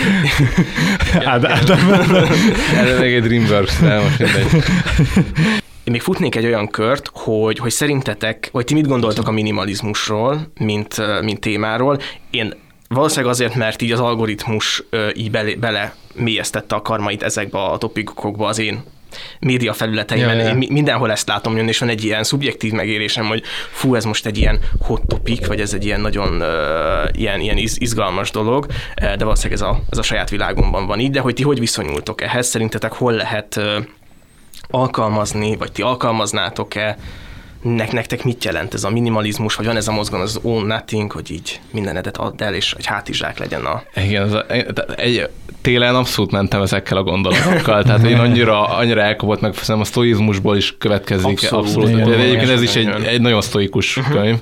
Ez még egy Dreamworks, de most mindegy. Én még futnék egy olyan kört, hogy, hogy szerintetek, vagy ti mit gondoltok a minimalizmusról, mint, mint témáról. Én valószínűleg azért, mert így az algoritmus így bele, bele mélyeztette a karmait ezekbe a topikokba az én média felületeimen, ja, ja. Én mindenhol ezt látom jönni, és van egy ilyen szubjektív megélésem, hogy fú, ez most egy ilyen hot topic, vagy ez egy ilyen nagyon uh, ilyen, ilyen izgalmas dolog, de valószínűleg ez a, ez a saját világomban van így, de hogy ti hogy viszonyultok ehhez? Szerintetek hol lehet uh, alkalmazni, vagy ti alkalmaznátok-e? Nek, nektek mit jelent ez a minimalizmus, vagy van ez a mozgalom, az own nothing, hogy így mindenedet add el, és egy hátizsák legyen a... Igen, ez a, egy, télen abszolút mentem ezekkel a gondolatokkal, tehát én annyira, annyira elkapott, meg szerintem a sztoizmusból is következik. Abszolút. abszolút. Igen, de egyébként ez is egy, egy nagyon sztoikus uh-huh. könyv.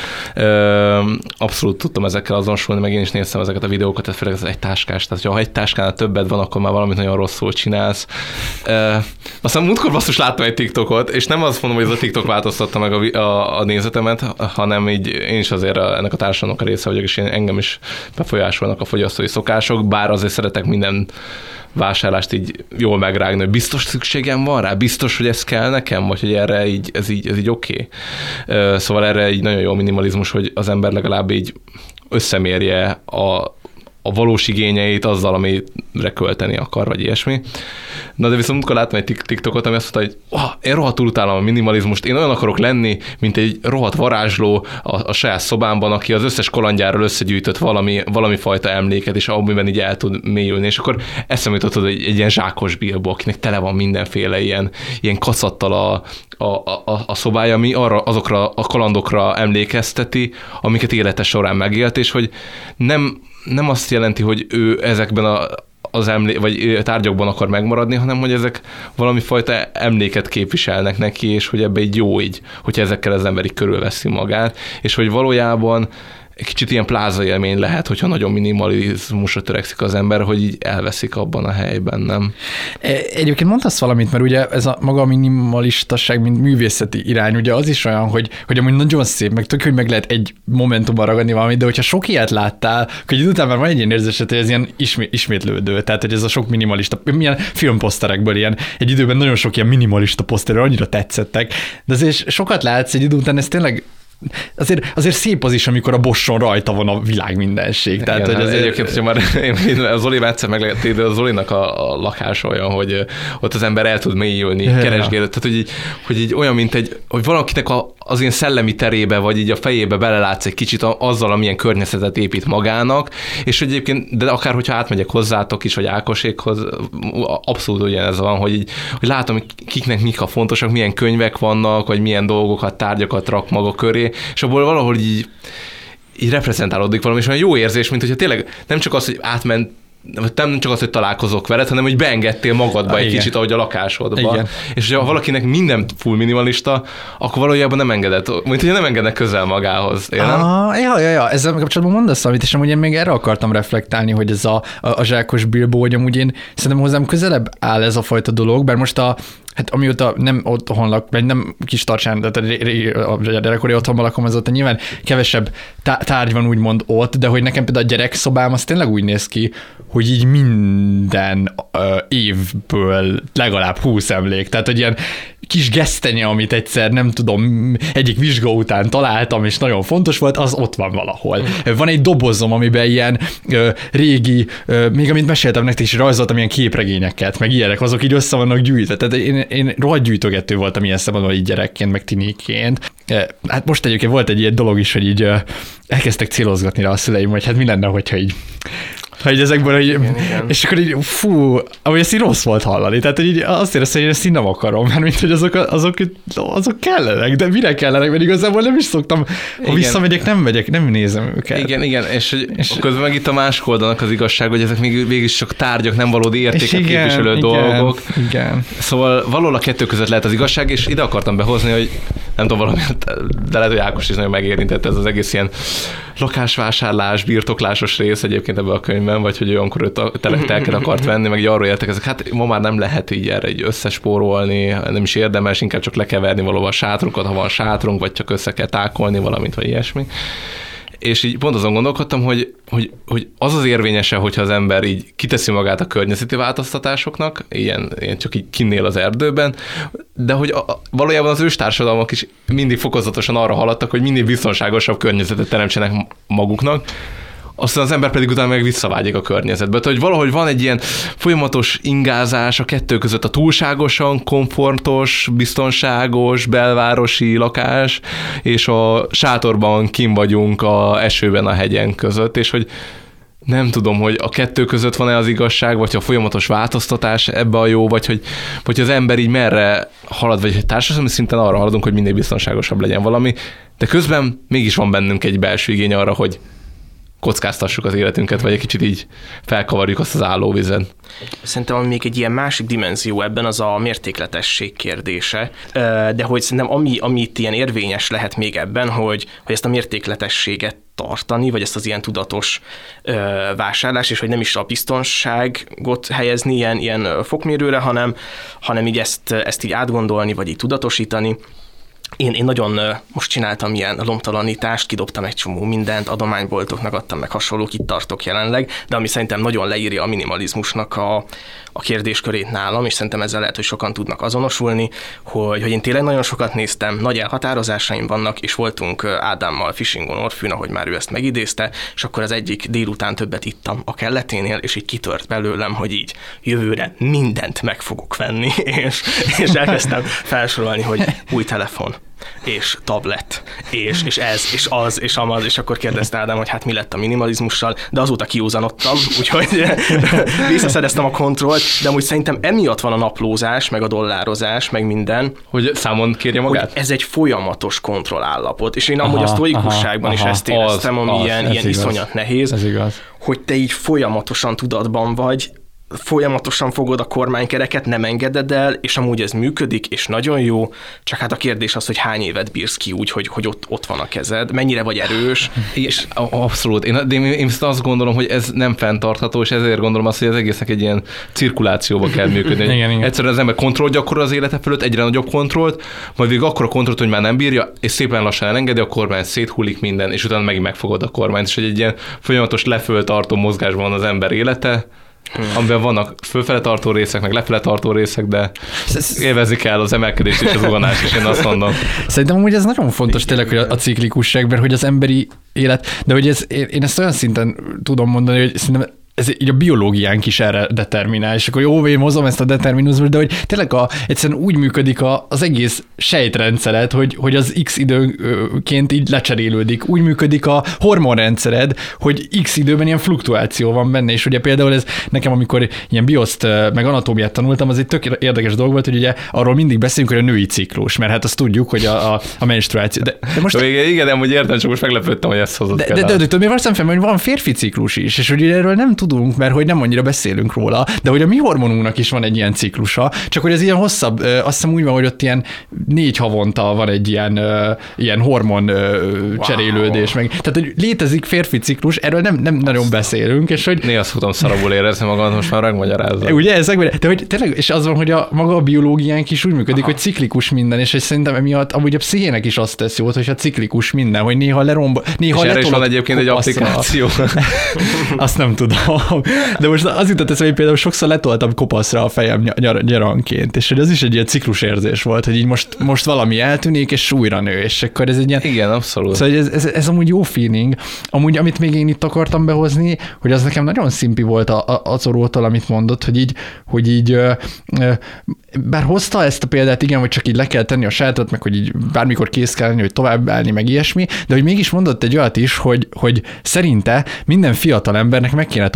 Abszolút tudtam ezekkel azonosulni, meg én is néztem ezeket a videókat, tehát főleg ez egy táskás, tehát ha egy táskánál többet van, akkor már valamit nagyon rosszul csinálsz. Aztán múltkor basszus láttam egy TikTokot, és nem azt mondom, hogy ez a TikTok változtatta meg a, a, a nézetemet, hanem így én is azért a, ennek a társadalomnak a része vagyok, és én, engem is befolyásolnak a fogyasztói szokások, bár azért szeretek minden vásárlást így jól megrágni, hogy biztos szükségem van rá, biztos, hogy ez kell nekem, vagy hogy erre így, ez így, ez így oké. Okay. Szóval erre így nagyon jó minimalizmus, hogy az ember legalább így összemérje a a valós igényeit azzal, amire költeni akar, vagy ilyesmi. Na de viszont amikor láttam egy TikTokot, ami azt mondta, hogy oh, én rohadtul utálom a minimalizmust, én olyan akarok lenni, mint egy rohadt varázsló a, a saját szobámban, aki az összes kalandjáról összegyűjtött valami, valami fajta emléket, és amiben így el tud mélyülni. És akkor eszembe jutott, egy, egy ilyen zsákos Bilbo, akinek tele van mindenféle ilyen, ilyen kacattal a, a, a, a szobája, ami arra, azokra a kalandokra emlékezteti, amiket élete során megélt, és hogy nem nem azt jelenti, hogy ő ezekben a, az emlé- vagy tárgyakban akar megmaradni, hanem hogy ezek valami fajta emléket képviselnek neki, és hogy ebbe így jó így, hogyha ezekkel az ember így körülveszi magát, és hogy valójában egy kicsit ilyen pláza élmény lehet, hogyha nagyon minimalizmusra törekszik az ember, hogy így elveszik abban a helyben, nem? Egyébként mondasz valamit, mert ugye ez a maga a minimalistaság, mint művészeti irány, ugye az is olyan, hogy, hogy amúgy nagyon szép, meg tök, hogy meg lehet egy momentumban ragadni valamit, de hogyha sok ilyet láttál, akkor egy után már van egy ilyen érzésed, hogy ez ilyen ismét, ismétlődő, tehát hogy ez a sok minimalista, milyen filmposzterekből ilyen, egy időben nagyon sok ilyen minimalista poszter, annyira tetszettek, de azért sokat látsz egy idő után, ez tényleg Azért, azért szép az is, amikor a Bosson rajta van a világ mindenség. Tehát, igen, hogy azért... Egyébként, hogyha már én, az Zoli egyszer meglehetné, de az Zolinak a, a lakás olyan, hogy ott az ember el tud mélyülni, ja. keresgélni. Tehát, hogy így, hogy így olyan, mint egy, hogy valakinek a, az ilyen szellemi terébe, vagy így a fejébe belelátsz egy kicsit azzal, amilyen környezetet épít magának, és hogy egyébként, de akár, hogyha átmegyek hozzátok is, vagy Ákosékhoz, abszolút ugyanez van, hogy, így, hogy látom, kiknek mik a fontosak, milyen könyvek vannak, vagy milyen dolgokat, tárgyakat rak maga köré, és abból valahogy így, így reprezentálódik valami, és olyan jó érzés, mint hogyha tényleg nem csak az, hogy átment, nem csak az, hogy találkozok veled, hanem hogy beengedtél magadba egy igen. kicsit, ahogy a lakásodba. Igen. És hogyha valakinek minden full minimalista, akkor valójában nem engedett, mint hogy nem engednek közel magához. Ah, ja, ja, ja, ezzel kapcsolatban mondasz valamit, és amúgy én még erre akartam reflektálni, hogy ez a, a, a zsákos Bilbo, hogy amúgy én szerintem hozzám közelebb áll ez a fajta dolog, bár most a Hát amióta nem otthon lak, vagy nem kis tartsán, de a gyerekkori otthonban lakom, azóta nyilván kevesebb tárgy van úgymond ott, de hogy nekem például a gyerekszobám az tényleg úgy néz ki, hogy így minden uh, évből legalább húsz emlék. Tehát, hogy ilyen kis gesztenye, amit egyszer, nem tudom, egyik vizsga után találtam, és nagyon fontos volt, az ott van valahol. Van egy dobozom, amiben ilyen ö, régi, ö, még amint meséltem nektek is, rajzoltam ilyen képregényeket, meg ilyenek, azok így össze vannak gyűjtve. Tehát én, én rohadt gyűjtögető voltam ilyen szemben, így gyerekként, meg tiniként. Hát most egyébként volt egy ilyen dolog is, hogy így ö, elkezdtek célozgatni rá a szüleim, hogy hát mi lenne, hogyha így hogy ezekből, hogy, igen, igen. és akkor így, fú, amúgy ezt így rossz volt hallani, tehát hogy így azt éreztem, hogy ezt így nem akarom, mert mint hogy azok, azok, azok kellenek, de mire kellenek, mert igazából nem is szoktam, ha visszamegyek, nem megyek, nem nézem őket. Igen, igen, és, és közben meg itt a másik oldalnak az igazság, hogy ezek még végig csak tárgyak, nem valódi értéket igen, képviselő igen, dolgok. Igen. Szóval valahol a kettő között lehet az igazság, és ide akartam behozni, hogy nem tudom, valami, de lehet, hogy Ákos is nagyon megérintett ez az egész ilyen lakásvásárlás, birtoklásos rész egyébként ebben a könyvben, vagy hogy olyankor ő telket akart venni, meg így arról értek ezek, hát ma már nem lehet így erre így összespórolni, nem is érdemes, inkább csak lekeverni valahol a sátrunkat, ha van sátrunk, vagy csak össze kell tákolni valamint, vagy ilyesmi. És így pont azon gondolkodtam, hogy, hogy, hogy az az érvényese, hogyha az ember így kiteszi magát a környezeti változtatásoknak, ilyen, ilyen csak így kinnél az erdőben, de hogy a, valójában az őstársadalmak is mindig fokozatosan arra haladtak, hogy minél biztonságosabb környezetet teremtsenek maguknak, aztán az ember pedig utána meg visszavágyik a környezetbe. Tehát, hogy valahogy van egy ilyen folyamatos ingázás a kettő között, a túlságosan komfortos, biztonságos, belvárosi lakás, és a sátorban kim vagyunk a esőben a hegyen között, és hogy nem tudom, hogy a kettő között van-e az igazság, vagy a folyamatos változtatás ebbe a jó, vagy hogy, vagy az ember így merre halad, vagy hogy társadalmi szinten arra haladunk, hogy minél biztonságosabb legyen valami, de közben mégis van bennünk egy belső igény arra, hogy kockáztassuk az életünket, vagy egy kicsit így felkavarjuk azt az állóvizen. Szerintem még egy ilyen másik dimenzió ebben az a mértékletesség kérdése, de hogy szerintem ami, amit ilyen érvényes lehet még ebben, hogy, hogy ezt a mértékletességet tartani, vagy ezt az ilyen tudatos ö, vásárlás, és hogy nem is a biztonságot helyezni ilyen, ilyen fokmérőre, hanem, hanem így ezt, ezt így átgondolni, vagy így tudatosítani. Én, én nagyon most csináltam ilyen lomtalanítást, kidobtam egy csomó mindent, adományboltoknak adtam meg hasonlók, itt tartok jelenleg, de ami szerintem nagyon leírja a minimalizmusnak a, a kérdéskörét nálam, és szerintem ezzel lehet, hogy sokan tudnak azonosulni, hogy, hogy én tényleg nagyon sokat néztem, nagy elhatározásaim vannak, és voltunk Ádámmal Fishingon Orfűn, ahogy már ő ezt megidézte, és akkor az egyik délután többet ittam a kelleténél, és így kitört belőlem, hogy így jövőre mindent meg fogok venni, és, és elkezdtem felsorolni, hogy új telefon, és tablet, és, és ez, és az, és amaz, és akkor kérdezte Ádám, hogy hát mi lett a minimalizmussal, de azóta kiúzanodtam, úgyhogy visszaszereztem a kontrollt, de amúgy szerintem emiatt van a naplózás, meg a dollározás, meg minden. Hogy számon kérje magát? Hogy ez egy folyamatos kontrollállapot, és én amúgy aha, a sztoikusságban aha, is aha, ezt éreztem, ami az, ilyen, ilyen iszonyat nehéz, ez igaz. Hogy te így folyamatosan tudatban vagy, folyamatosan fogod a kormánykereket, nem engeded el, és amúgy ez működik, és nagyon jó, csak hát a kérdés az, hogy hány évet bírsz ki úgy, hogy, hogy ott, ott van a kezed, mennyire vagy erős. És abszolút. Én, én, én azt gondolom, hogy ez nem fenntartható, és ezért gondolom azt, hogy az egésznek egy ilyen cirkulációba kell működni. igen, igen. Egyszerűen az ember kontroll gyakorol az élete fölött, egyre nagyobb kontrollt, majd végig akkor a kontrollt, hogy már nem bírja, és szépen lassan elengedi, a kormány széthullik minden, és utána megint megfogod a kormányt, és hogy egy ilyen folyamatos leföltartó mozgásban van az ember élete, Hmm. amiben vannak fölfele tartó részek, meg lefele tartó részek, de élvezni kell az emelkedést és az uganást is, én azt mondom. Szerintem amúgy ez nagyon fontos tényleg, hogy a ciklikusság, mert hogy az emberi élet, de hogy ez, én ezt olyan szinten tudom mondani, hogy szerintem ez így a biológiánk is erre determinál, és akkor jó, én mozom ezt a determinizmust, de hogy tényleg a, egyszerűen úgy működik a, az egész sejtrendszered, hogy, hogy az X időként így lecserélődik. Úgy működik a hormonrendszered, hogy X időben ilyen fluktuáció van benne, és ugye például ez nekem, amikor ilyen bioszt meg anatómiát tanultam, az egy tök érdekes dolog volt, hogy ugye arról mindig beszélünk, hogy a női ciklus, mert hát azt tudjuk, hogy a, a, a menstruáció. De, de most igen, igen, de amúgy értem, csak most meglepődtem, hogy ezt hozott. De, de, de, de, de, de miért azt hogy van férfi ciklus is, és hogy erről nem tudunk, mert hogy nem annyira beszélünk róla, de hogy a mi hormonunknak is van egy ilyen ciklusa, csak hogy ez ilyen hosszabb, azt hiszem úgy van, hogy ott ilyen négy havonta van egy ilyen, ilyen hormon wow. cserélődés, meg. Tehát, hogy létezik férfi ciklus, erről nem, nem nagyon beszélünk, és hogy... Néha azt tudom szarabul érezni magamat, most már megmagyarázom. Ugye, ezek, de hogy tényleg, és az van, hogy a maga a biológiánk is úgy működik, aha. hogy ciklikus minden, és szerintem emiatt amúgy a pszichének is azt tesz jót, hogyha ciklikus minden, hogy néha leromba, néha és erre is van egyébként egy applikáció. Azt nem tudom. De most az jutott eszembe, hogy például sokszor letoltam kopaszra a fejem nyar- nyaranként, és hogy az is egy ilyen ciklusérzés volt, hogy így most, most valami eltűnik, és újra nő, és akkor ez egy ilyen... Igen, abszolút. Szóval ez, ez, ez amúgy jó feeling. Amúgy, amit még én itt akartam behozni, hogy az nekem nagyon szimpi volt a, a, az Orótól, amit mondott, hogy így, hogy így ö, ö, bár hozta ezt a példát, igen, hogy csak így le kell tenni a sátrat, meg hogy így bármikor kész kell lenni, hogy tovább állni, meg ilyesmi, de hogy mégis mondott egy olyat is, hogy, hogy szerinte minden fiatal embernek meg kéne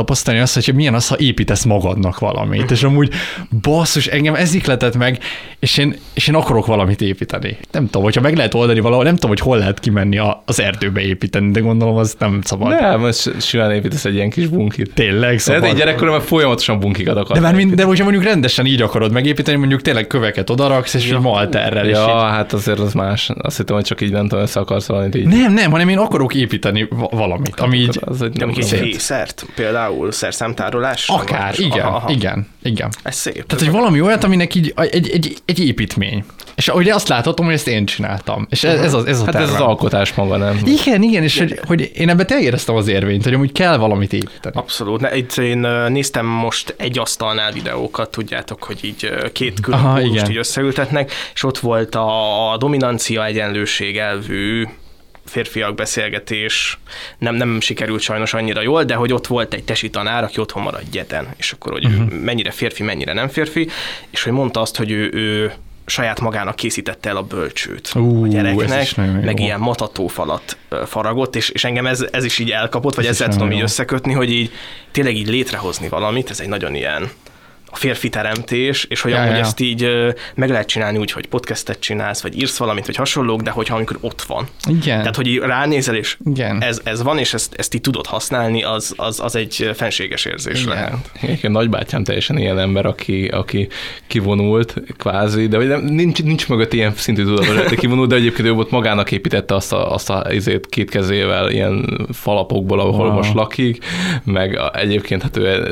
megtapasztalni azt, hogy milyen az, ha építesz magadnak valamit, és amúgy basszus, engem ez ikletett meg, és én, és én akarok valamit építeni. Nem tudom, hogyha meg lehet oldani valahol, nem tudom, hogy hol lehet kimenni a, az erdőbe építeni, de gondolom, az nem szabad. Nem, most simán építesz egy ilyen kis bunkit. Tényleg szabad. De egy gyerekkoromban folyamatosan bunkikat akartam. De már mind, de hogyha mondjuk rendesen így akarod megépíteni, mondjuk tényleg köveket odaraksz, és ja. malterrel. Ja, és hát azért az más. Azt hittem, hogy csak így nem tudom, össze akarsz valamit így. Nem, nem, hanem én akarok építeni valamit, ami így... Az egy nem egy részert, például szerszámtárolás. Akár, vagy, igen, aha. igen, igen. Ez szép. Tehát, hogy valami olyat, aminek így egy, egy, egy építmény. És ugye azt láthatom, hogy ezt én csináltam. És ez, ez, az, ez a Hát tervem. ez az alkotás maga, nem? Igen, igen, és hogy, hogy én ebben eléreztem az érvényt, hogy amúgy kell valamit építeni. Abszolút. Ne, itt én néztem most egy asztalnál videókat, tudjátok, hogy így két külön Aha, pólust igen. így összeültetnek, és ott volt a dominancia egyenlőség elvű férfiak beszélgetés, nem, nem sikerült sajnos annyira jól, de hogy ott volt egy tesi tanár, aki otthon maradt gyeten, és akkor, hogy uh-huh. ő mennyire férfi, mennyire nem férfi, és hogy mondta azt, hogy ő, ő saját magának készítette el a bölcsőt uh, a gyereknek, meg jó. ilyen matatófalat faragott, és, és engem ez, ez is így elkapott, vagy ez ezzel tudom így összekötni, hogy így tényleg így létrehozni valamit, ez egy nagyon ilyen a férfi teremtés, és hogy ja, amúgy ja. ezt így uh, meg lehet csinálni úgy, hogy podcastet csinálsz, vagy írsz valamit, vagy hasonlók, de hogyha amikor ott van. Igen. Tehát, hogy így ránézel, és Igen. Ez, ez van, és ezt, ezt így tudod használni, az, az, az egy fenséges érzés Igen. lehet. Egyébként nagybátyám teljesen ilyen ember, aki, aki kivonult, kvázi, de nem, nincs, nincs mögött ilyen szintű tudatos, hogy kivonult, de egyébként ő volt magának építette azt a, azt a izét két kezével, ilyen falapokból, ahol wow. most lakik, meg egyébként hát ő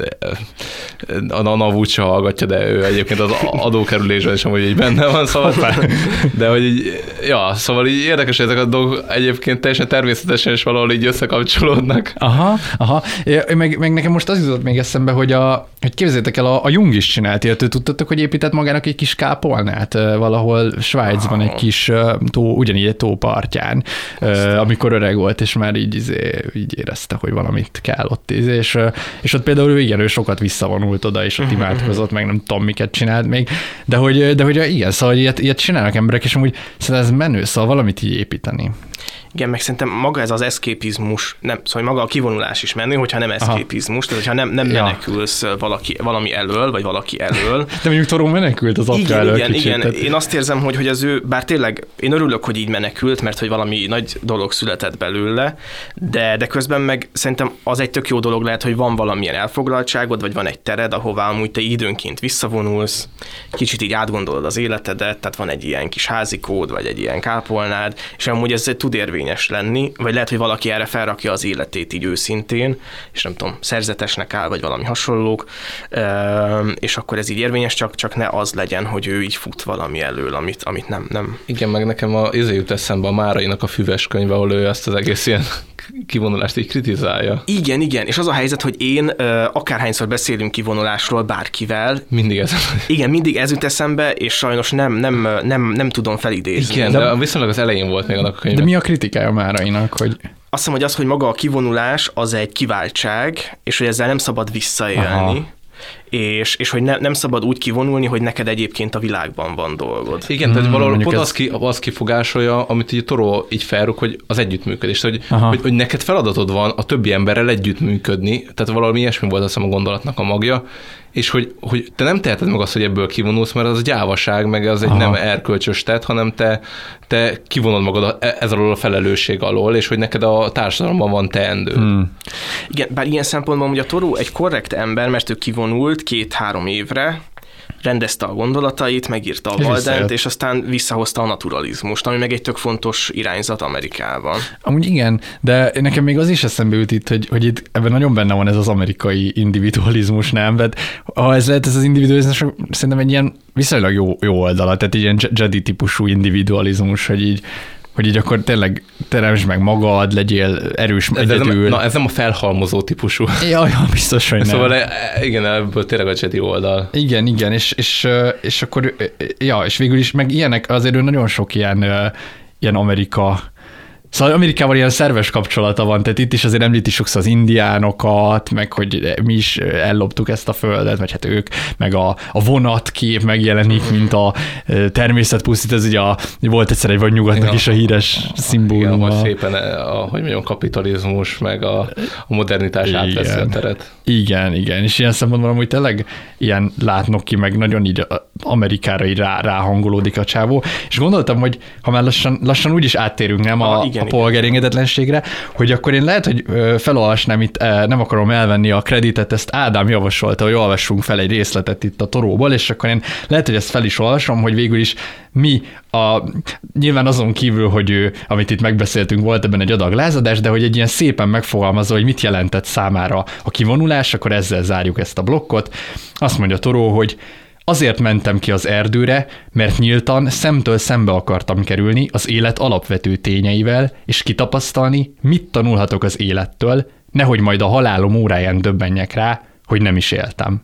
a Navút se hallgatja, de ő egyébként az adókerülésben is amúgy így benne van, szóval, de hogy így, ja, szóval így érdekes, hogy ezek a dolgok egyébként teljesen természetesen is valahol így összekapcsolódnak. Aha, aha. Meg, meg nekem most az jutott még eszembe, hogy, a, hogy képzeljétek el, a, a Jung is csinált ilyet, tudtatok, hogy épített magának egy kis kápolnát valahol Svájcban, egy kis tó, ugyanígy egy tó partján, amikor öreg volt, és már így, izé, így érezte, hogy valamit kell ott, izé, és, és ott például ő igen, ő sokat visszavonult oda, és ott imádkozott, meg nem tudom, miket csinált még, de hogy, de hogy igen, szóval ilyet, ilyet csinálnak emberek, és amúgy szerintem ez menő, szóval valamit így építeni. Igen, meg szerintem maga ez az eszképizmus, nem, szóval maga a kivonulás is menő, hogyha nem eszképizmus, tehát hogyha nem, nem ja. menekülsz valaki, valami elől, vagy valaki elől. De mondjuk Toró menekült az apja igen, elől igen, kicsit. igen. Tehát... Én azt érzem, hogy, hogy az ő, bár tényleg én örülök, hogy így menekült, mert hogy valami nagy dolog született belőle, de, de közben meg szerintem az egy tök jó dolog lehet, hogy van valamilyen elfoglaltságod, vagy van egy tered, ahová amúgy te időnként visszavonulsz, kicsit így átgondolod az életedet, tehát van egy ilyen kis házikód, vagy egy ilyen kápolnád, és amúgy ez tud érvényes lenni, vagy lehet, hogy valaki erre felrakja az életét így őszintén, és nem tudom, szerzetesnek áll, vagy valami hasonlók, és akkor ez így érvényes, csak, csak ne az legyen, hogy ő így fut valami elől, amit, amit nem, nem. Igen, meg nekem a izé jut eszembe a Márainak a füves könyve, ahol ő ezt az egész ilyen kivonulást így kritizálja. Igen, igen, és az a helyzet, hogy én akárhányszor beszélünk kivonulásról bárkivel. Mindig ez. Igen, mindig ez jut eszembe, és sajnos nem, nem, nem, nem tudom felidézni. Igen, de, de viszonylag az elején volt még annak a könyvnek. De mi a kritikája Márainak, hogy... Azt hiszem, hogy az, hogy maga a kivonulás az egy kiváltság, és hogy ezzel nem szabad visszaélni. Aha. És, és hogy ne, nem szabad úgy kivonulni, hogy neked egyébként a világban van dolgod. Igen, tehát hmm, valahol pont ez... az, ki, az kifogásolja, amit így Toró így felrúg, hogy az együttműködés, hogy, hogy, hogy neked feladatod van a többi emberrel együttműködni, tehát valami ilyesmi volt azt hiszem a gondolatnak a magja, és hogy, hogy te nem teheted meg azt, hogy ebből kivonulsz, mert az gyávaság, meg az egy Aha. nem erkölcsös tett, hanem te, te kivonod magad ez alól a felelősség alól, és hogy neked a társadalomban van teendő. Hmm. Igen, bár ilyen szempontból ugye a Toró egy korrekt ember, mert ő kivonult két-három évre, rendezte a gondolatait, megírta a Valdent, és aztán visszahozta a naturalizmust, ami meg egy tök fontos irányzat Amerikában. Amúgy igen, de nekem még az is eszembe jut itt, hogy, hogy itt ebben nagyon benne van ez az amerikai individualizmus, nem? De ha ez lehet, ez az individualizmus szerintem egy ilyen viszonylag jó, jó oldala, tehát egy ilyen Jedi típusú individualizmus, hogy így hogy így akkor tényleg teremtsd meg magad, legyél erős ez egyedül. Nem, na, ez nem a felhalmozó típusú. Ja, ja, biztos, hogy nem. Szóval igen, ebből tényleg a Jedi oldal. Igen, igen, és, és, és akkor, ja, és végül is meg ilyenek, azért nagyon sok ilyen, ilyen Amerika Szóval Amerikával ilyen szerves kapcsolata van, tehát itt is azért említi sokszor az indiánokat, meg hogy mi is elloptuk ezt a földet, vagy hát ők, meg a, a vonatkép megjelenik, mint a természetpusztít, ez ugye a, volt egyszer egy vagy nyugatnak ja, is a híres szimbólum. Igen, szépen a, hogy mondjam, kapitalizmus, meg a, a modernitás átveszi a teret. Igen, igen, és ilyen szempontból amúgy tényleg ilyen látnok ki, meg nagyon így Amerikára így rá, ráhangolódik a csávó, és gondoltam, hogy ha már lassan, lassan úgy is áttérünk, nem a, ah, igen, a polgári engedetlenségre, hogy akkor én lehet, hogy felolvasnám itt, nem akarom elvenni a kreditet, ezt Ádám javasolta, hogy olvassunk fel egy részletet itt a Toróból, és akkor én lehet, hogy ezt fel is olvasom, hogy végül is mi a, nyilván azon kívül, hogy ő, amit itt megbeszéltünk, volt ebben egy adag lázadás, de hogy egy ilyen szépen megfogalmazza, hogy mit jelentett számára a kivonulás, akkor ezzel zárjuk ezt a blokkot. Azt mondja Toró, hogy azért mentem ki az erdőre, mert nyíltan szemtől szembe akartam kerülni az élet alapvető tényeivel, és kitapasztalni, mit tanulhatok az élettől, nehogy majd a halálom óráján döbbenjek rá, hogy nem is éltem.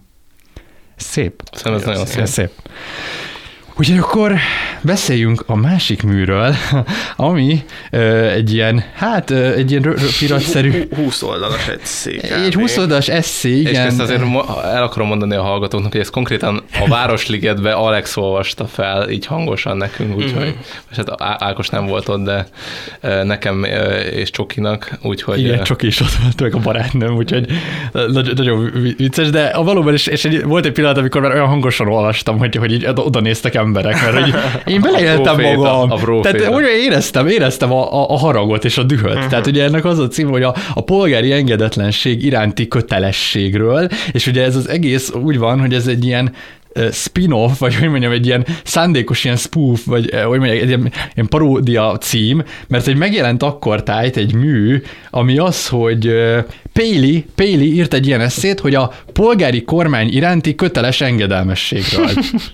Szép. Szerintem ez nagyon szép. szép. Úgyhogy akkor beszéljünk a másik műről, ami ö, egy ilyen, hát ö, egy ilyen piratszerű... húsz oldalas eszé. Egy húsz oldalas eszé, igen. És ezt azért el akarom mondani a hallgatóknak, hogy ez konkrétan a Városligetbe Alex olvasta fel, így hangosan nekünk, úgyhogy, mm-hmm. és hát Ákos nem volt ott, de nekem és Csokinak, úgyhogy... Igen, Csoki is ott volt, meg a barátnőm, úgyhogy nagyon, nagyon vicces, de a valóban is, és egy, volt egy pillanat, amikor már olyan hangosan olvastam, hogy, hogy így oda néztek emberek, mert hogy én beleéltem magam. A Tehát úgy éreztem, éreztem a, a, a haragot és a dühöt. Uh-huh. Tehát ugye ennek az a cím, hogy a, a polgári engedetlenség iránti kötelességről, és ugye ez az egész úgy van, hogy ez egy ilyen spin-off, vagy hogy mondjam, egy ilyen szándékos ilyen spoof, vagy hogy mondjam, egy ilyen, ilyen paródia cím, mert hogy megjelent akkor tájt egy mű, ami az, hogy Paley, Paley írt egy ilyen eszét, hogy a polgári kormány iránti köteles engedelmességről.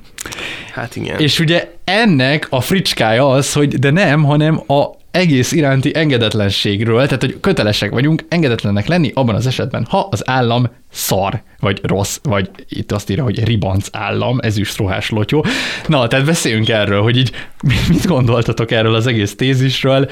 Hát igen. És ugye ennek a fricskája az, hogy de nem, hanem a egész iránti engedetlenségről, tehát hogy kötelesek vagyunk engedetlennek lenni abban az esetben, ha az állam szar, vagy rossz, vagy itt azt írja, hogy ribanc állam, ezüstruhás lotyó. Na, tehát beszéljünk erről, hogy így mit gondoltatok erről az egész tézisről,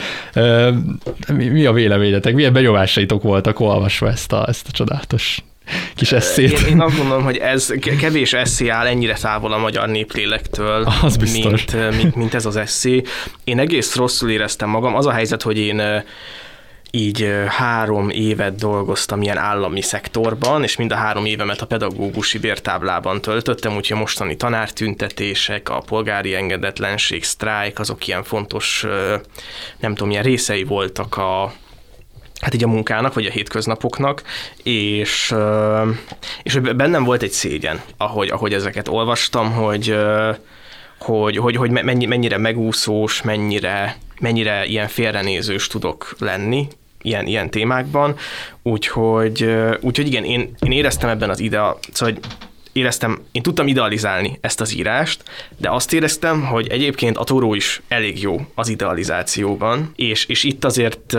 mi a véleményetek, milyen benyomásaitok voltak olvasva ezt a, ezt a csodálatos kis eszét. Én, én azt gondolom, hogy ez kevés eszé áll ennyire távol a magyar néplélektől, mint, mint, mint ez az eszé. Én egész rosszul éreztem magam. Az a helyzet, hogy én így három évet dolgoztam ilyen állami szektorban, és mind a három évemet a pedagógusi bértáblában töltöttem, úgyhogy a mostani tanártüntetések, a polgári engedetlenség, sztrájk, azok ilyen fontos, nem tudom, ilyen részei voltak a hát így a munkának, vagy a hétköznapoknak, és, és bennem volt egy szégyen, ahogy, ahogy ezeket olvastam, hogy, hogy, hogy, hogy mennyire megúszós, mennyire, mennyire ilyen félrenézős tudok lenni ilyen, ilyen témákban, úgyhogy, úgyhogy igen, én, én éreztem ebben az idea, szóval éreztem, én tudtam idealizálni ezt az írást, de azt éreztem, hogy egyébként a Toró is elég jó az idealizációban, és, és itt azért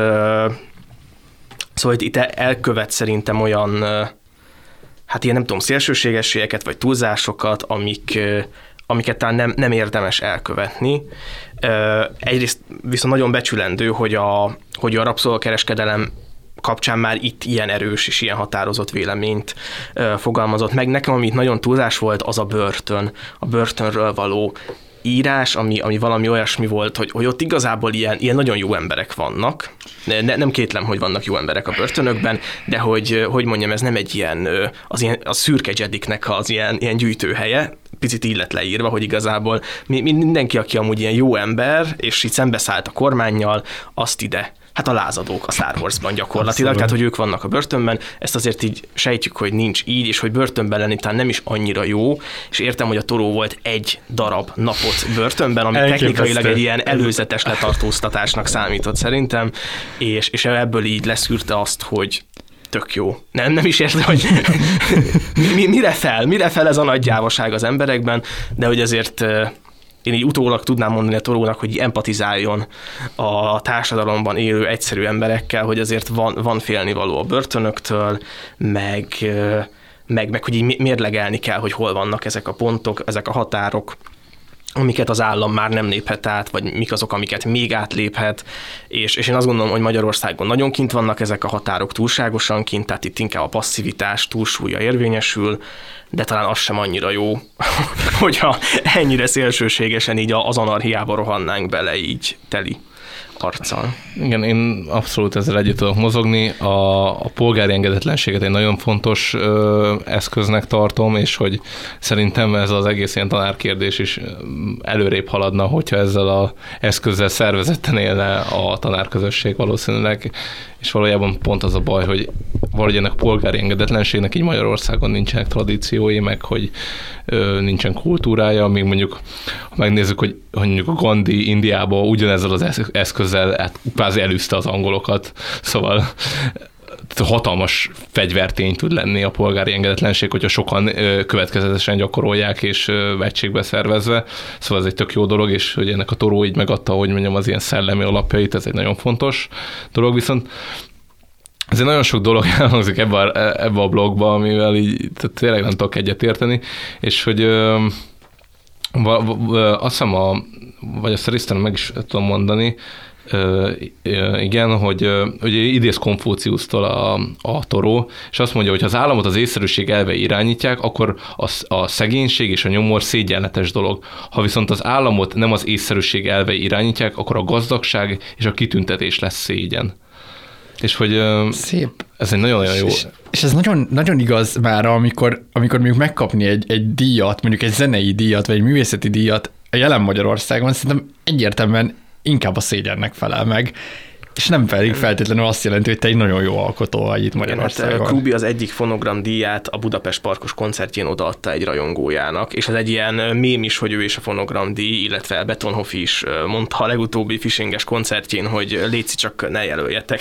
Szóval itt elkövet szerintem olyan, hát ilyen nem tudom, szélsőségességeket, vagy túlzásokat, amik, amiket talán nem, nem érdemes elkövetni. Egyrészt viszont nagyon becsülendő, hogy a, hogy a rabszolgakereskedelem kapcsán már itt ilyen erős és ilyen határozott véleményt fogalmazott meg. Nekem, amit nagyon túlzás volt, az a börtön, a börtönről való írás, ami, ami valami olyasmi volt, hogy, hogy ott igazából ilyen, ilyen nagyon jó emberek vannak. Ne, nem kétlem, hogy vannak jó emberek a börtönökben, de hogy, hogy mondjam, ez nem egy ilyen, az ilyen a szürke Jediknek az ilyen, ilyen gyűjtőhelye, picit így lett leírva, hogy igazából mindenki, aki amúgy ilyen jó ember, és így szembeszállt a kormánnyal, azt ide, hát a lázadók a Star Warsban gyakorlatilag, Abszolút. Tehát hogy ők vannak a börtönben, ezt azért így sejtjük, hogy nincs így, és hogy börtönben lenni talán nem is annyira jó, és értem, hogy a Toró volt egy darab napot börtönben, ami Elképesztő. Technikailag egy ilyen előzetes letartóztatásnak számított szerintem, és, és ebből így leszűrte azt, hogy tök jó. Nem, nem is értem, hogy mi, mire fel, mire fel ez a nagy gyávaság az emberekben, de hogy azért én így utólag tudnám mondani a Torónak, hogy empatizáljon a társadalomban élő egyszerű emberekkel, hogy azért van, van félnivaló a börtönöktől, meg, meg, meg hogy így mérlegelni kell, hogy hol vannak ezek a pontok, ezek a határok, amiket az állam már nem léphet át, vagy mik azok, amiket még átléphet, és, és én azt gondolom, hogy Magyarországon nagyon kint vannak ezek a határok, túlságosan kint, tehát itt inkább a passzivitás túlsúlya érvényesül, de talán az sem annyira jó, hogyha ennyire szélsőségesen így az anarchiába rohannánk bele így teli arccal. Igen, én abszolút ezzel együtt tudok mozogni. A, a polgári engedetlenséget egy nagyon fontos ö, eszköznek tartom, és hogy szerintem ez az egész ilyen tanárkérdés is előrébb haladna, hogyha ezzel az eszközzel szervezetten élne a tanárközösség valószínűleg, és valójában pont az a baj, hogy valahogy ennek polgári engedetlenségnek így Magyarországon nincsenek tradíciói, meg hogy ö, nincsen kultúrája, még mondjuk, ha megnézzük, hogy, hogy mondjuk a Gandhi Indiában ugyanezzel az eszközzel hát, kvázi elűzte az angolokat, szóval hatalmas fegyvertény tud lenni a polgári engedetlenség, hogyha sokan ö, következetesen gyakorolják és ö, egységbe szervezve, szóval ez egy tök jó dolog, és hogy ennek a Toró így megadta, hogy mondjam, az ilyen szellemi alapjait, ez egy nagyon fontos dolog, viszont ezért nagyon sok dolog elhangzik ebbe a, ebbe a blogba, amivel így tényleg nem tudok egyet érteni, és hogy ö, va, va, azt hiszem, a, vagy azt részben meg is tudom mondani, ö, ö, igen, hogy ö, ugye idéz Konfúciusztól a, a Toró, és azt mondja, hogy ha az államot az észszerűség elvei irányítják, akkor a, a szegénység és a nyomor szégyenletes dolog. Ha viszont az államot nem az észszerűség elvei irányítják, akkor a gazdagság és a kitüntetés lesz szégyen. És hogy szép. Ez egy nagyon-nagyon jó. És, és ez nagyon, nagyon igaz már, amikor, amikor mondjuk megkapni egy, egy díjat, mondjuk egy zenei díjat, vagy egy művészeti díjat a jelen Magyarországon, szerintem egyértelműen inkább a szégyennek felel meg, és nem pedig feltétlenül azt jelenti, hogy te egy nagyon jó alkotó vagy itt Magyarországon. Hát Krúbi az egyik fonogram díját a Budapest Parkos koncertjén odaadta egy rajongójának, és ez egy ilyen mém is, hogy ő és a fonogram díj, illetve Betonhoff is mondta a legutóbbi Fishinges koncertjén, hogy léci csak ne jelöljetek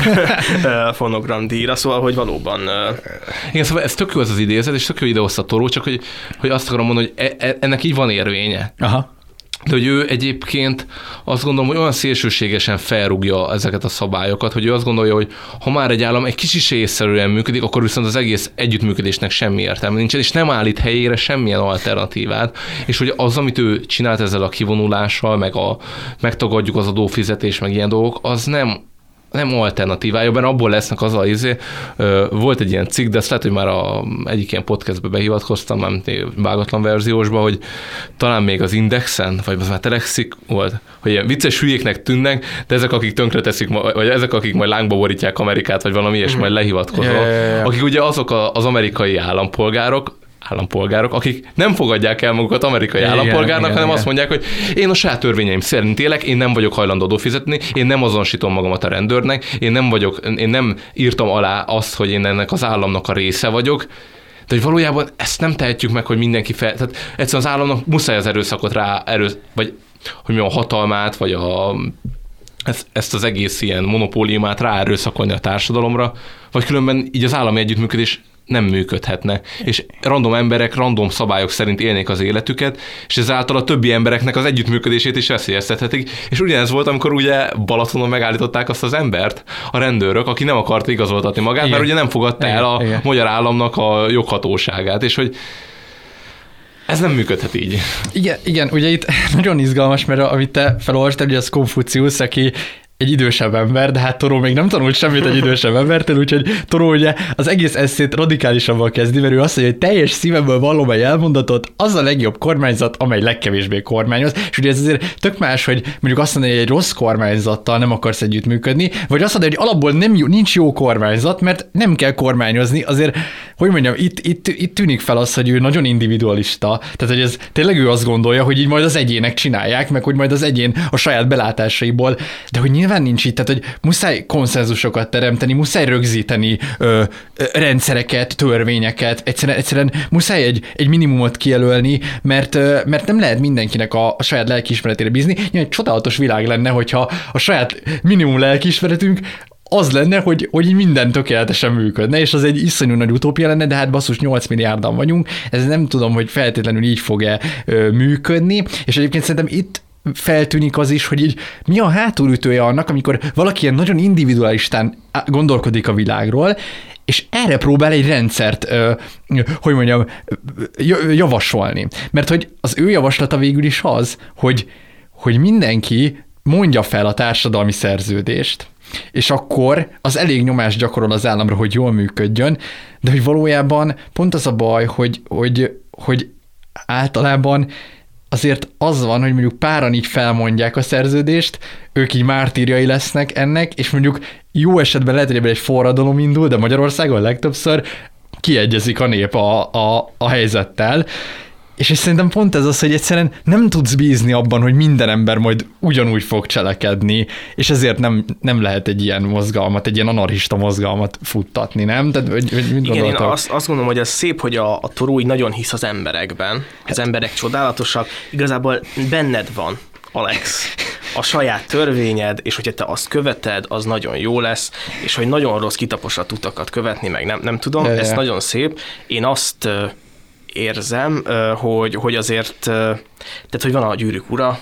fonogram díjra, szóval, hogy valóban... Igen, szóval ez tök jó ez az idézet, és tök jó idehozta a Toró, csak hogy, hogy azt akarom mondani, hogy e- ennek így van érvénye. Aha. De hogy ő egyébként azt gondolom, hogy olyan szélsőségesen felrúgja ezeket a szabályokat, hogy ő azt gondolja, hogy ha már egy állam egy kicsit észszerűen működik, akkor viszont az egész együttműködésnek semmi értelme nincsen, és nem állít helyére semmilyen alternatívát, és hogy az, amit ő csinált ezzel a kivonulással, meg a megtagadjuk az adófizetés, meg ilyen dolgok, az nem nem alternatívája, mert abból lesznek az a izé, volt egy ilyen cikk, de ezt lehet, hogy már a, egyik ilyen podcastbe behivatkoztam, nem vágatlan verziósba, hogy talán még az Indexen, vagy az már Telexik volt, hogy ilyen vicces hülyéknek tűnnek, de ezek, akik tönkreteszik, vagy ezek, akik majd lángba borítják Amerikát, vagy valami, és majd lehivatkoznak, yeah, yeah, yeah. akik ugye azok a, az amerikai állampolgárok, állampolgárok, akik nem fogadják el magukat amerikai igen, állampolgárnak, igen, hanem igen. azt mondják, hogy én a saját törvényeim szerint élek, én nem vagyok hajlandó adófizetni, én nem azonosítom magamat a rendőrnek, én nem vagyok, én nem írtam alá azt, hogy én ennek az államnak a része vagyok, de hogy valójában ezt nem tehetjük meg, hogy mindenki fel, tehát egyszerűen az államnak muszáj az erőszakot rá, erő, vagy hogy mi a hatalmát, vagy a ezt, ezt az egész ilyen monopóliumát ráerőszakolni a társadalomra, vagy különben így az állami együttműködés nem működhetne. És random emberek random szabályok szerint élnék az életüket, és ezáltal a többi embereknek az együttműködését is veszélyeztethetik. És ugyanez volt, amikor ugye Balatonon megállították azt az embert, a rendőrök, aki nem akarta igazoltatni magát, igen. mert ugye nem fogadta igen, el a igen. magyar államnak a joghatóságát, és hogy ez nem működhet így. Igen, igen, ugye itt nagyon izgalmas, mert amit te felolvastál, ugye az Konfuciusz, aki egy idősebb ember, de hát Toró még nem tanult semmit egy idősebb embertől, úgyhogy Toró ugye az egész eszét radikálisabban kezdi, mert ő azt mondja, hogy teljes szívemből vallom egy elmondatot, az a legjobb kormányzat, amely legkevésbé kormányoz, és ugye ez azért tök más, hogy mondjuk azt mondani, hogy egy rossz kormányzattal nem akarsz együttműködni, vagy azt mondani, hogy alapból nem jó, nincs jó kormányzat, mert nem kell kormányozni, azért, hogy mondjam, itt, itt, itt tűnik fel az, hogy ő nagyon individualista, tehát hogy ez tényleg ő azt gondolja, hogy így majd az egyének csinálják, meg hogy majd az egyén a saját belátásaiból, de hogy nyilván nincs itt, tehát hogy muszáj konszenzusokat teremteni, muszáj rögzíteni ö, ö, rendszereket, törvényeket, egyszerűen, egyszerűen muszáj egy, egy minimumot kijelölni, mert, ö, mert nem lehet mindenkinek a, a saját lelkiismeretére bízni. Nyilván egy csodálatos világ lenne, hogyha a saját minimum lelkiismeretünk az lenne, hogy, hogy így minden tökéletesen működne, és az egy iszonyú nagy utópia lenne, de hát basszus nyolc milliárdan vagyunk, ez nem tudom, hogy feltétlenül így fog-e ö, működni, és egyébként szerintem itt feltűnik az is, hogy így mi a hátulütője annak, amikor valaki ilyen nagyon individualistán gondolkodik a világról, és erre próbál egy rendszert, ö, hogy mondjam, javasolni. Mert hogy az ő javaslata végül is az, hogy, hogy mindenki mondja fel a társadalmi szerződést, és akkor az elég nyomást gyakorol az államra, hogy jól működjön, de hogy valójában pont az a baj, hogy, hogy, hogy általában azért az van, hogy mondjuk páran így felmondják a szerződést, ők így mártírjai lesznek ennek, és mondjuk jó esetben lehet, hogy ebben egy forradalom indul, de Magyarországon legtöbbször kiegyezik a nép a, a, a helyzettel. És, és szerintem pont ez az, hogy egyszerűen nem tudsz bízni abban, hogy minden ember majd ugyanúgy fog cselekedni, és ezért nem, nem lehet egy ilyen mozgalmat, egy ilyen anarchista mozgalmat futtatni, nem? Tehát, hogy, hogy mit Igen, én azt, azt gondolom, hogy ez szép, hogy a, a Toró így nagyon hisz az emberekben. Az emberek csodálatosak. Igazából benned van, Alex, a saját törvényed, és hogyha te azt követed, az nagyon jó lesz, és hogy nagyon rossz kitaposat utakat követni, meg nem, nem tudom, ez nagyon szép. Én azt érzem, hogy, hogy azért, tehát hogy van a Gyűrűk ura,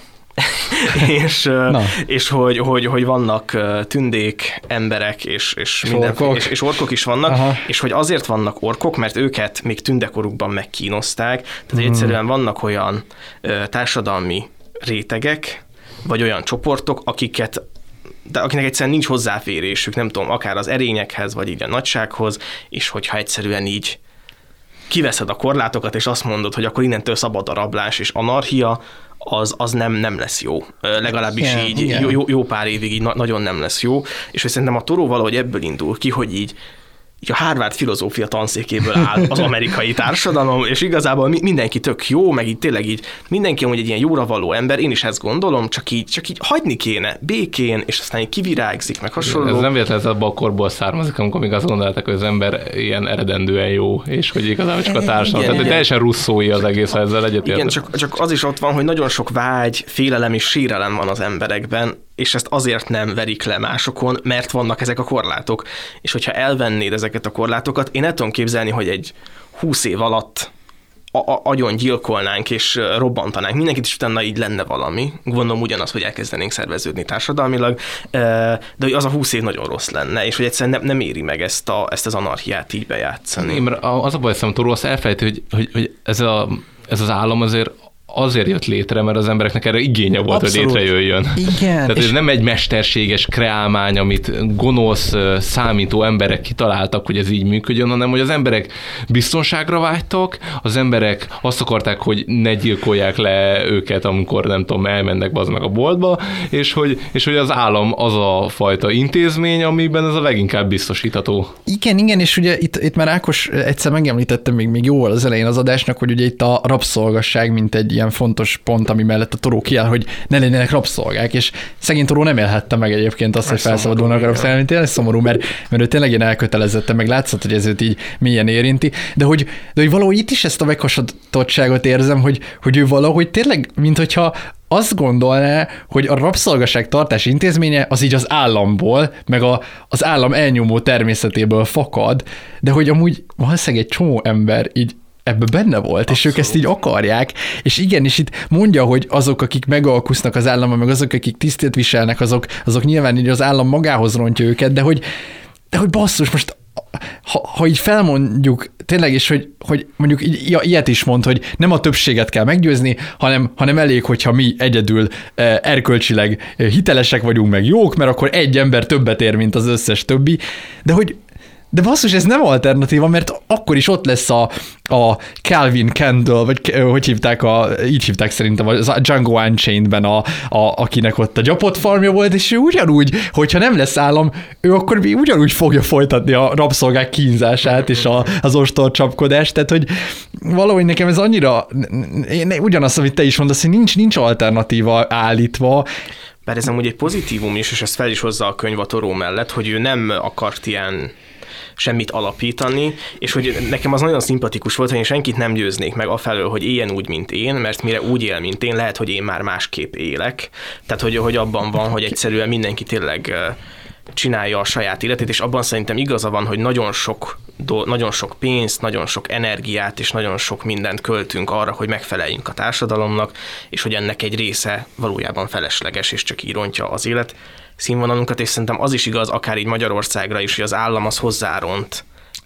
és, és hogy, hogy, hogy vannak tündék, emberek, és, és, minden, orkok. És, és orkok is vannak, aha. És hogy azért vannak orkok, mert őket még tündekorukban megkínozták, tehát hmm. egyszerűen vannak olyan társadalmi rétegek, vagy olyan csoportok, akiket de akinek egyszerűen nincs hozzáférésük, nem tudom, akár az erényekhez, vagy így a nagysághoz, és hogyha egyszerűen így kiveszed a korlátokat, és azt mondod, hogy akkor innentől szabad a rablás és anarchia, az, az nem, nem lesz jó. Legalábbis yeah, így yeah. Jó, jó pár évig így na- nagyon nem lesz jó, és hogy szerintem a Toró valahogy ebből indul ki, hogy így, így a Harvard filozófia tanszékéből áll az amerikai társadalom, és igazából mindenki tök jó, meg így tényleg így mindenki amúgy egy ilyen jóra való ember, én is ezt gondolom, csak így, csak így hagyni kéne békén, és aztán így kivirágzik, meg hasonló. Ez nem véletlenül abban a korból származik, amikor még azt gondolták, hogy az ember ilyen eredendően jó, és hogy igazából csak a társadalom. Tehát teljesen russzói az egész, ha ezzel egyetértek. Igen, csak, csak az is ott van, hogy nagyon sok vágy, félelem és sírelem van az emberekben, és ezt azért nem verik le másokon, mert vannak ezek a korlátok. És hogyha elvennéd ezeket a korlátokat, én el tudom képzelni, hogy egy húsz év alatt a- a- agyon gyilkolnánk és robbantanánk mindenkit, és utána így lenne valami. Gondolom ugyanaz, hogy elkezdenénk szerveződni társadalmilag, de hogy az a húsz év nagyon rossz lenne, és hogy egyszerűen nem, nem éri meg ezt, a, ezt az anarchiát így bejátszani. Én, az a baj, hogy Toró azt elfelejti, hogy, hogy, hogy ez, a, ez az állam azért azért jött létre, mert az embereknek erre igénye volt, abszolút, hogy létrejöjjön. Igen. Tehát ez nem egy mesterséges kreálmány, amit gonosz, számító emberek kitaláltak, hogy ez így működjön, hanem hogy az emberek biztonságra vágytak, az emberek azt akarták, hogy ne gyilkolják le őket, amikor nem tudom, elmennek az meg a boltba, és hogy, és hogy az állam az a fajta intézmény, amiben ez a leginkább biztosítható. Igen, igen, és ugye itt, itt már Ákos egyszer megemlítettem még, még jóval az elején az adásnak, hogy ugye itt a rabszolgasság, mint egy ilyen fontos pont, ami mellett a Toró kiáll, hogy ne legyenek rabszolgák, és szegény Toró nem élhette meg egyébként azt, hogy felszabadulnak a rabszolgák, tényleg szomorú, mert, mert ő tényleg ilyen elkötelezette, meg látszott, hogy ez őt így mélyen érinti, de hogy, de hogy valahogy itt is ezt a meghasadottságot érzem, hogy, hogy ő valahogy tényleg, mint hogyha azt gondolná, hogy a rabszolgaság tartás intézménye az így az államból, meg a, az állam elnyomó természetéből fakad, de hogy amúgy valószínűleg egy csomó ember így ebben benne volt, abszolút. És ők ezt így akarják, és igen, és itt mondja, hogy azok, akik megalkusznak az államban, meg azok, akik tisztét viselnek, azok, azok nyilván így az állam magához rontja őket, de hogy, de hogy basszus, most ha, ha így felmondjuk tényleg, és hogy, hogy mondjuk így, ja, ilyet is mond, hogy nem a többséget kell meggyőzni, hanem, hanem elég, hogyha mi egyedül erkölcsileg hitelesek vagyunk, meg jók, mert akkor egy ember többet ér, mint az összes többi, de hogy De basszus, ez nem alternatíva, mert akkor is ott lesz a, a Calvin Candle, vagy hogy hívták, a, így hívták szerintem a Django Unchained-ben, a, a, akinek ott a gyapott farmja volt, és ő ugyanúgy, hogyha nem lesz állam, ő akkor ugyanúgy fogja folytatni a rabszolgák kínzását és a, az ostorcsapkodást, tehát hogy valahogy nekem ez annyira, én, ugyanaz, amit te is mondasz, hogy nincs, nincs alternatíva állítva. Bár ez amúgy egy pozitívum is, és ezt fel is hozza a könyv a Toró mellett, hogy ő nem akart ilyen semmit alapítani, és hogy nekem az nagyon szimpatikus volt, hogy én senkit nem győznék meg afelől, hogy éljen úgy, mint én, mert mire úgy él, mint én, lehet, hogy én már másképp élek. Tehát, hogy, hogy abban van, hogy egyszerűen mindenki tényleg csinálja a saját életét, és abban szerintem igaza van, hogy nagyon sok, nagyon sok pénzt, nagyon sok energiát, és nagyon sok mindent költünk arra, hogy megfeleljünk a társadalomnak, és hogy ennek egy része valójában felesleges, és csak így rontja az élet színvonalunkat, és szerintem az is igaz, akár így Magyarországra is, hogy az állam az hozzáront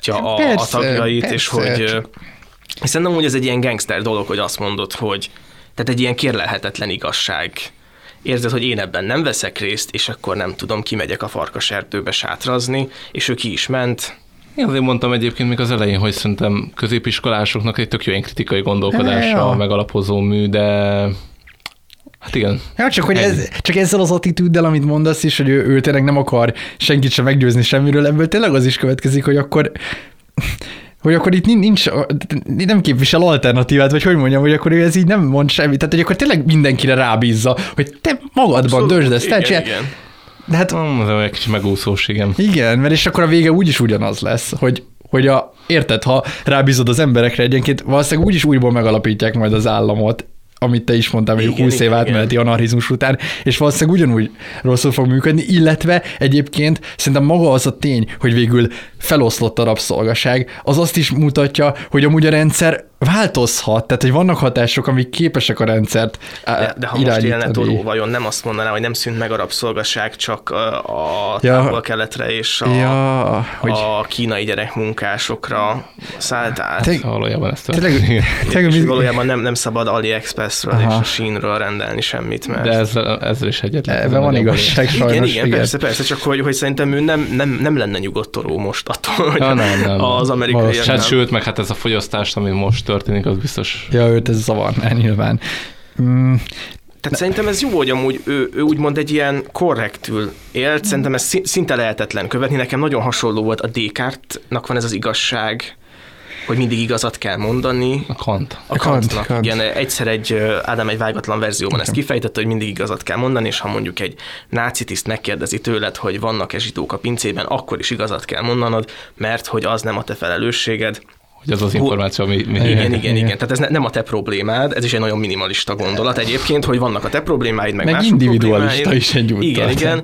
válogatja a, persze, a tagjait, persze, és hogy csak... és szerintem úgy ez egy ilyen gangster dolog, hogy azt mondod, hogy tehát egy ilyen kérlelhetetlen igazság. Érzed, hogy én ebben nem veszek részt, és akkor nem tudom, kimegyek a farkaserdőbe sátrazni, és ő ki is ment. Én azért mondtam egyébként még az elején, hogy szerintem középiskolásoknak egy tök jó kritikai gondolkodással megalapozó mű, de hát igen. Ja, csak, hogy ez, csak ezzel az attitűddel, amit mondasz is, hogy ő, ő tényleg nem akar senkit sem meggyőzni semmiről, ebből tényleg az is következik, hogy akkor hogy akkor itt nincs, nem képvisel alternatívát, vagy hogy mondjam, hogy akkor ő ez így nem mond semmit, tehát hogy akkor tényleg mindenkire rábízza, hogy te magadban döntsd ezt, igen, te igen. De hát... Az egy kicsi megúszós, igen. Igen, mert és akkor a vége úgyis ugyanaz lesz, hogy, hogy a, érted, ha rábízod az emberekre egyenként, valószínűleg úgyis újból megalapítják majd az államot, amit te is mondtál, hogy húsz év átmeneti anarchizmus után, és valószínűleg ugyanúgy rosszul fog működni, illetve egyébként szerintem maga az a tény, hogy végül feloszlott a rabszolgaság, az azt is mutatja, hogy amúgy a rendszer változhat, tehát hogy vannak hatások, amik képesek a rendszert De, de ha most élne Toró, vajon nem azt mondaná, hogy nem szűnt meg a rabszolgaság, csak a ja. távol-keletre és a, ja, a hogy... kínai gyerekmunkásokra szállt át. Te, valójában ezt tényleg, tényleg, és valójában nem, nem szabad AliExpressről és a Sheinről rendelni semmit, mert... De ezzel, ezzel is egyetlen. Ebben van igazság sajnos. Igen, igen, igen, persze, persze, csak hogy, hogy szerintem ő nem, nem, nem lenne nyugodt Toró most attól, hogy ja, nem, nem, az amerikai... Hát, sőt, meg hát ez a fogyasztás, ami most történik, az biztos. Ja, őt ez zavarná nyilván. Mm. Tehát szerintem ez jó, hogy amúgy ő, ő úgymond egy ilyen korrektül élt, szerintem ez szinte lehetetlen követni. Nekem nagyon hasonló volt a Descartes-nak van ez az igazság, hogy mindig igazat kell mondani. A Kant. A Kantnak, Kant, igen. Egyszer egy Ádám egy vágatlan verzióban ezt kifejtette, hogy mindig igazat kell mondani, és ha mondjuk egy náci tiszt megkérdezi tőled, hogy vannak-e zsidók a pincében, akkor is igazat kell mondanod, mert hogy az nem a te felelősséged. Hogy az az információ, ami... Igen, igen, igen, igen. igen. Tehát ez ne, nem a te problémád, ez is egy nagyon minimalista gondolat egyébként, hogy vannak a te problémáid, meg, meg mások individualista problémáid. Is egy úttal. Igen, igen.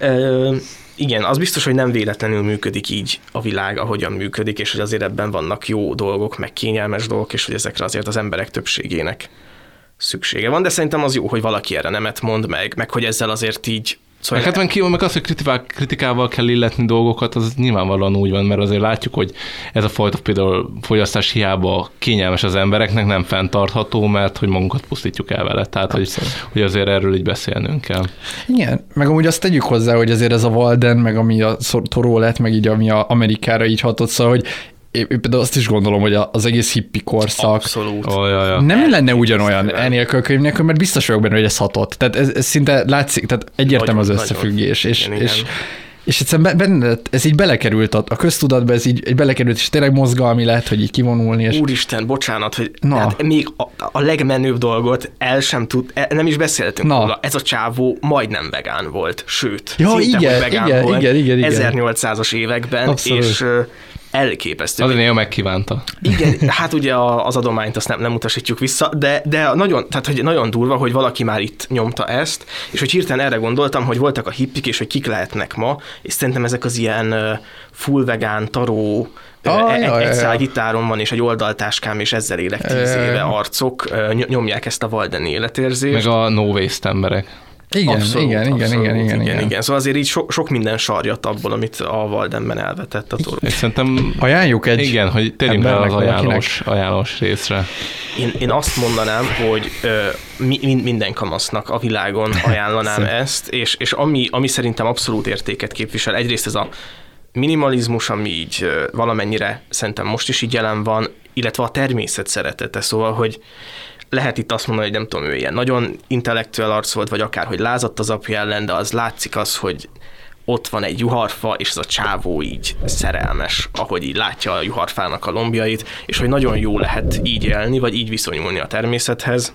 Ö, igen, az biztos, hogy nem véletlenül működik így a világ, ahogyan működik, és hogy azért ebben vannak jó dolgok, meg kényelmes dolgok, és hogy ezekre azért az emberek többségének szüksége van, de szerintem az jó, hogy valaki erre nemet mond meg, meg hogy ezzel azért így Szóval meg, hát meg, meg az, hogy kritikával, kritikával kell illetni dolgokat, az nyilvánvalóan úgy van, mert azért látjuk, hogy ez a fajta például fogyasztás hiába kényelmes az embereknek, nem fenntartható, mert hogy magunkat pusztítjuk el vele. Tehát, hogy, hogy azért erről így beszélnünk kell. Igen, meg amúgy azt tegyük hozzá, hogy azért ez a Walden, meg ami a Toró lett, meg így ami a Amerikára így hatott, szóval, hogy én például azt is gondolom, hogy az egész hippi korszak Abszolút. Oh, ja, ja. nem lenne ugyanolyan enélkül a könyv nélkül, mert biztos vagyok benne, hogy ez hatott. Tehát ez, ez szinte látszik, tehát egyértelmű az összefüggés. És, igen, és, igen. és egyszerűen benne, ez így belekerült a, a köztudatba, ez így, így belekerült, és tényleg mozgalmi lett, hogy így kivonulni. És... Úristen, bocsánat, hogy hát még a, a legmenőbb dolgot el sem tud, el, nem is beszéltünk róla. Ez a csávó majdnem vegán volt, sőt, ja, szinte, igen, vegán igen, volt igen, igen, igen. ezernyolcszázas években, abszolút. És elképesztő. Az néha megkívánta. Igen, hát ugye az adományt azt nem, nem utasítjuk vissza, de, de nagyon, tehát, hogy nagyon durva, hogy valaki már itt nyomta ezt, és hogy hirtelen erre gondoltam, hogy voltak a hippik, és hogy kik lehetnek ma, és szerintem ezek az ilyen full vegán, taró, ah, egy, egy szál gitárom van, és egy oldaltáskám, és ezzel élek tíz éve arcok, nyomják ezt a Walden életérzést. Meg a no waste emberek. Igen, abszolút, igen, abszolút, igen, igen, igen, igen, igen. Szóval azért így so, sok minden sarjat abból, amit a Waldenben elvetett a Toró. Szerintem ajánljuk egy igen, hogy térjünk rá az ajánlós, ajánlós részre. Én, én azt mondanám, hogy ö, mi, minden kamasznak a világon ajánlanám ezt, és, és ami, ami szerintem abszolút értéket képvisel, egyrészt ez a minimalizmus, ami így ö, valamennyire szerintem most is így jelen van, illetve a természet szeretete, szóval, hogy lehet itt azt mondani, hogy nem tudom, ő ilyen nagyon intellektuál arc volt, vagy akár, hogy lázadt az apja ellen, de az látszik az, hogy ott van egy juharfa, és ez a csávó így szerelmes, ahogy így látja a juharfának a lombjait, és hogy nagyon jó lehet így élni, vagy így viszonyulni a természethez.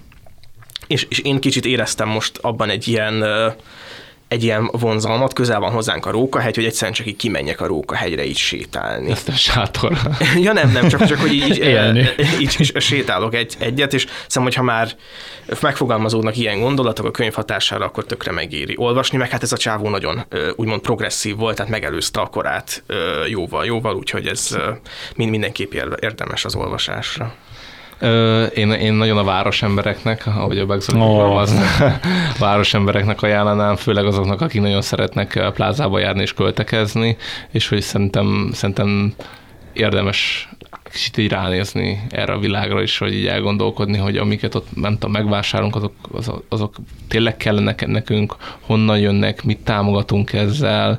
És, és én kicsit éreztem most abban egy ilyen, egy ilyen vonzalmat, közel van hozzánk a Rókahegy, hogy egyszerűen csak így kimenjek a Rókahegyre így sétálni. Ezt a sátorra. Ja nem, nem, csak, csak hogy így, így, így, így sétálok egy, egyet, és szerintem, hogyha már megfogalmazódnak ilyen gondolatok a könyv hatására, akkor tökre megéri olvasni, meg hát ez a csávó nagyon úgymond progresszív volt, tehát megelőzte a korát jóval, jóval, úgyhogy ez mind mindenképp érdemes az olvasásra. Én, én nagyon a városembereknek, ahogy a Begzoli fogalmazna, oh. városembereknek ajánlanám, főleg azoknak, akik nagyon szeretnek plázába járni és költekezni, és hogy szerintem, szerintem érdemes kicsit így ránézni erre a világra is, hogy így elgondolkodni, hogy amiket ott nem tudom, megvásárolunk, azok, azok, azok tényleg kellenek nekünk, honnan jönnek, mit támogatunk ezzel,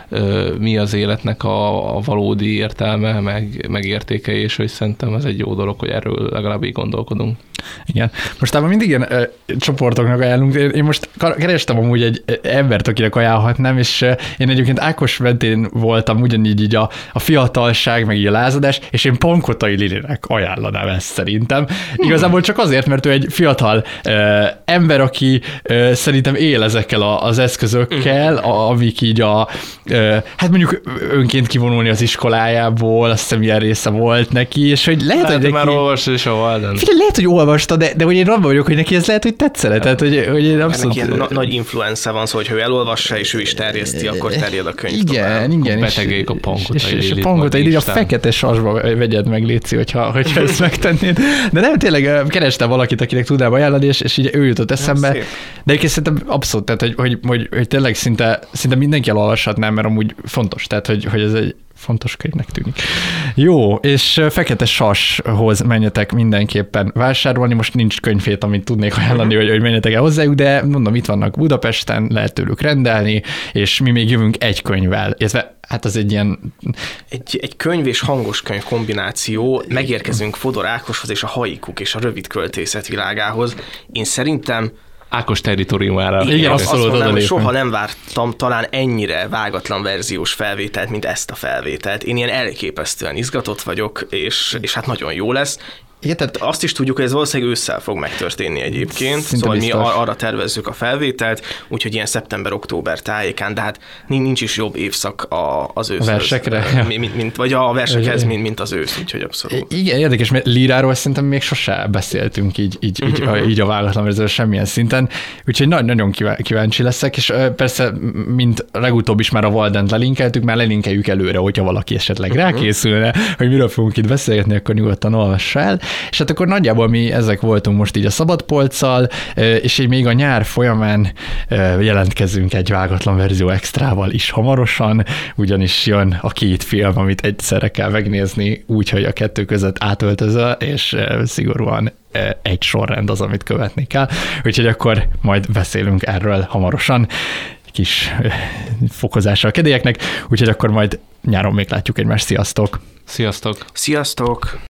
mi az életnek a, a valódi értelme, meg, meg értékei, és hogy szerintem ez egy jó dolog, hogy erről legalább így gondolkodunk. Igen. Mostában mindig ilyen ö, csoportoknak ajánlunk. Én, én most kerestem amúgy egy embert, akinek ajánlhatnám, és ö, én egyébként Ákos mentén voltam ugyanígy így a, a fiatalság, meg így a lázadás, és én Pankotai Lilinek ajánlanám ezt szerintem. Igazából csak azért, mert ő egy fiatal ö, ember, aki ö, szerintem él ezekkel a, az eszközökkel, a, amik így a, ö, hát mondjuk önként kivonulni az iskolájából, azt hiszem ilyen része volt neki, és hogy lehet, lehet hogy már neki... olvasod is a Walden. Figyelj, lehet, hogy olvasta, de, de hogy én abban vagyok, hogy neki ez lehet, hogy tetszene. Tehát, hogy, hogy én abszolút... Ennek ilyen na- nagy influencer van, szóval, hogy ő elolvassa, és ő is terjeszti, akkor terjed a könyv. Igen, tovább. igen. Betegék a Pankotai és, és, és a Lilit Pankotai majd Lilit a Isten. fekete sasba vegyed meg, Léci, hogyha, hogyha ezt megtennéd. De nem, tényleg kerestem valakit, akinek tudnám ajánlani, és, és így ő jutott eszembe. szép. De egyébként szerintem abszolút, tehát, hogy, hogy, hogy, hogy tényleg szinte, szinte mindenki elolvashatná, mert amúgy fontos, tehát, hogy, hogy ez egy fontos könyvnek tűnik. Jó, és Fekete Sashoz menjetek mindenképpen vásárolni. Most nincs könyvét, amit tudnék ajánlani, hogy, hogy menjetek el hozzájuk, de mondom, itt vannak Budapesten, lehet tőlük rendelni, és mi még jövünk egy könyvvel. Ez, hát az egy ilyen... Egy, egy könyv és hangos könyv kombináció, megérkezünk Fodor Ákoshoz és a haikuk és a rövid költészet világához. Én szerintem Ákos territoriumára. Igen, Én azt abszolút mondanám, hogy odalépünk. soha nem vártam talán ennyire vágatlan verziós felvételt, mint ezt a felvételt. Én ilyen elképesztően izgatott vagyok, és, és hát nagyon jó lesz. Igen, tehát Azt is tudjuk, hogy ez valószínűleg ősszel fog megtörténni egyébként, Szinte szóval biztos. mi ar- arra tervezzük a felvételt, úgyhogy ilyen szeptember-október tájékán, de hát nincs is jobb évszak a, az őszhöz. A versekre? Mint, mint, mint, vagy a versekhez, mint, mint az ősz, úgyhogy abszolút. Igen, érdekes, mert Líráról szerintem még sose beszéltünk így, így, így, a, így a vágatlan verzióról semmilyen szinten, úgyhogy nagy, nagyon kíván- kíváncsi leszek, és ö, persze, mint legutóbb is már a Waldent lelinkeltük, már lelinkeljük előre, hogyha valaki esetleg rákészülne, hogy miről fogunk itt beszélgetni, akkor nyugodtan olvassa el. És hát akkor nagyjából mi ezek voltunk most így a szabadpolccal, és így még a nyár folyamán jelentkezünk egy vágatlan verzió extrával is hamarosan, ugyanis jön a két film, amit egyszerre kell megnézni, úgyhogy a kettő között átöltözöl, és szigorúan egy sorrend az, amit követni kell. Úgyhogy akkor majd beszélünk erről hamarosan, kis fokozással a kedélyeknek, úgyhogy akkor majd nyáron még látjuk egymást. Sziasztok! Sziasztok! Sziasztok!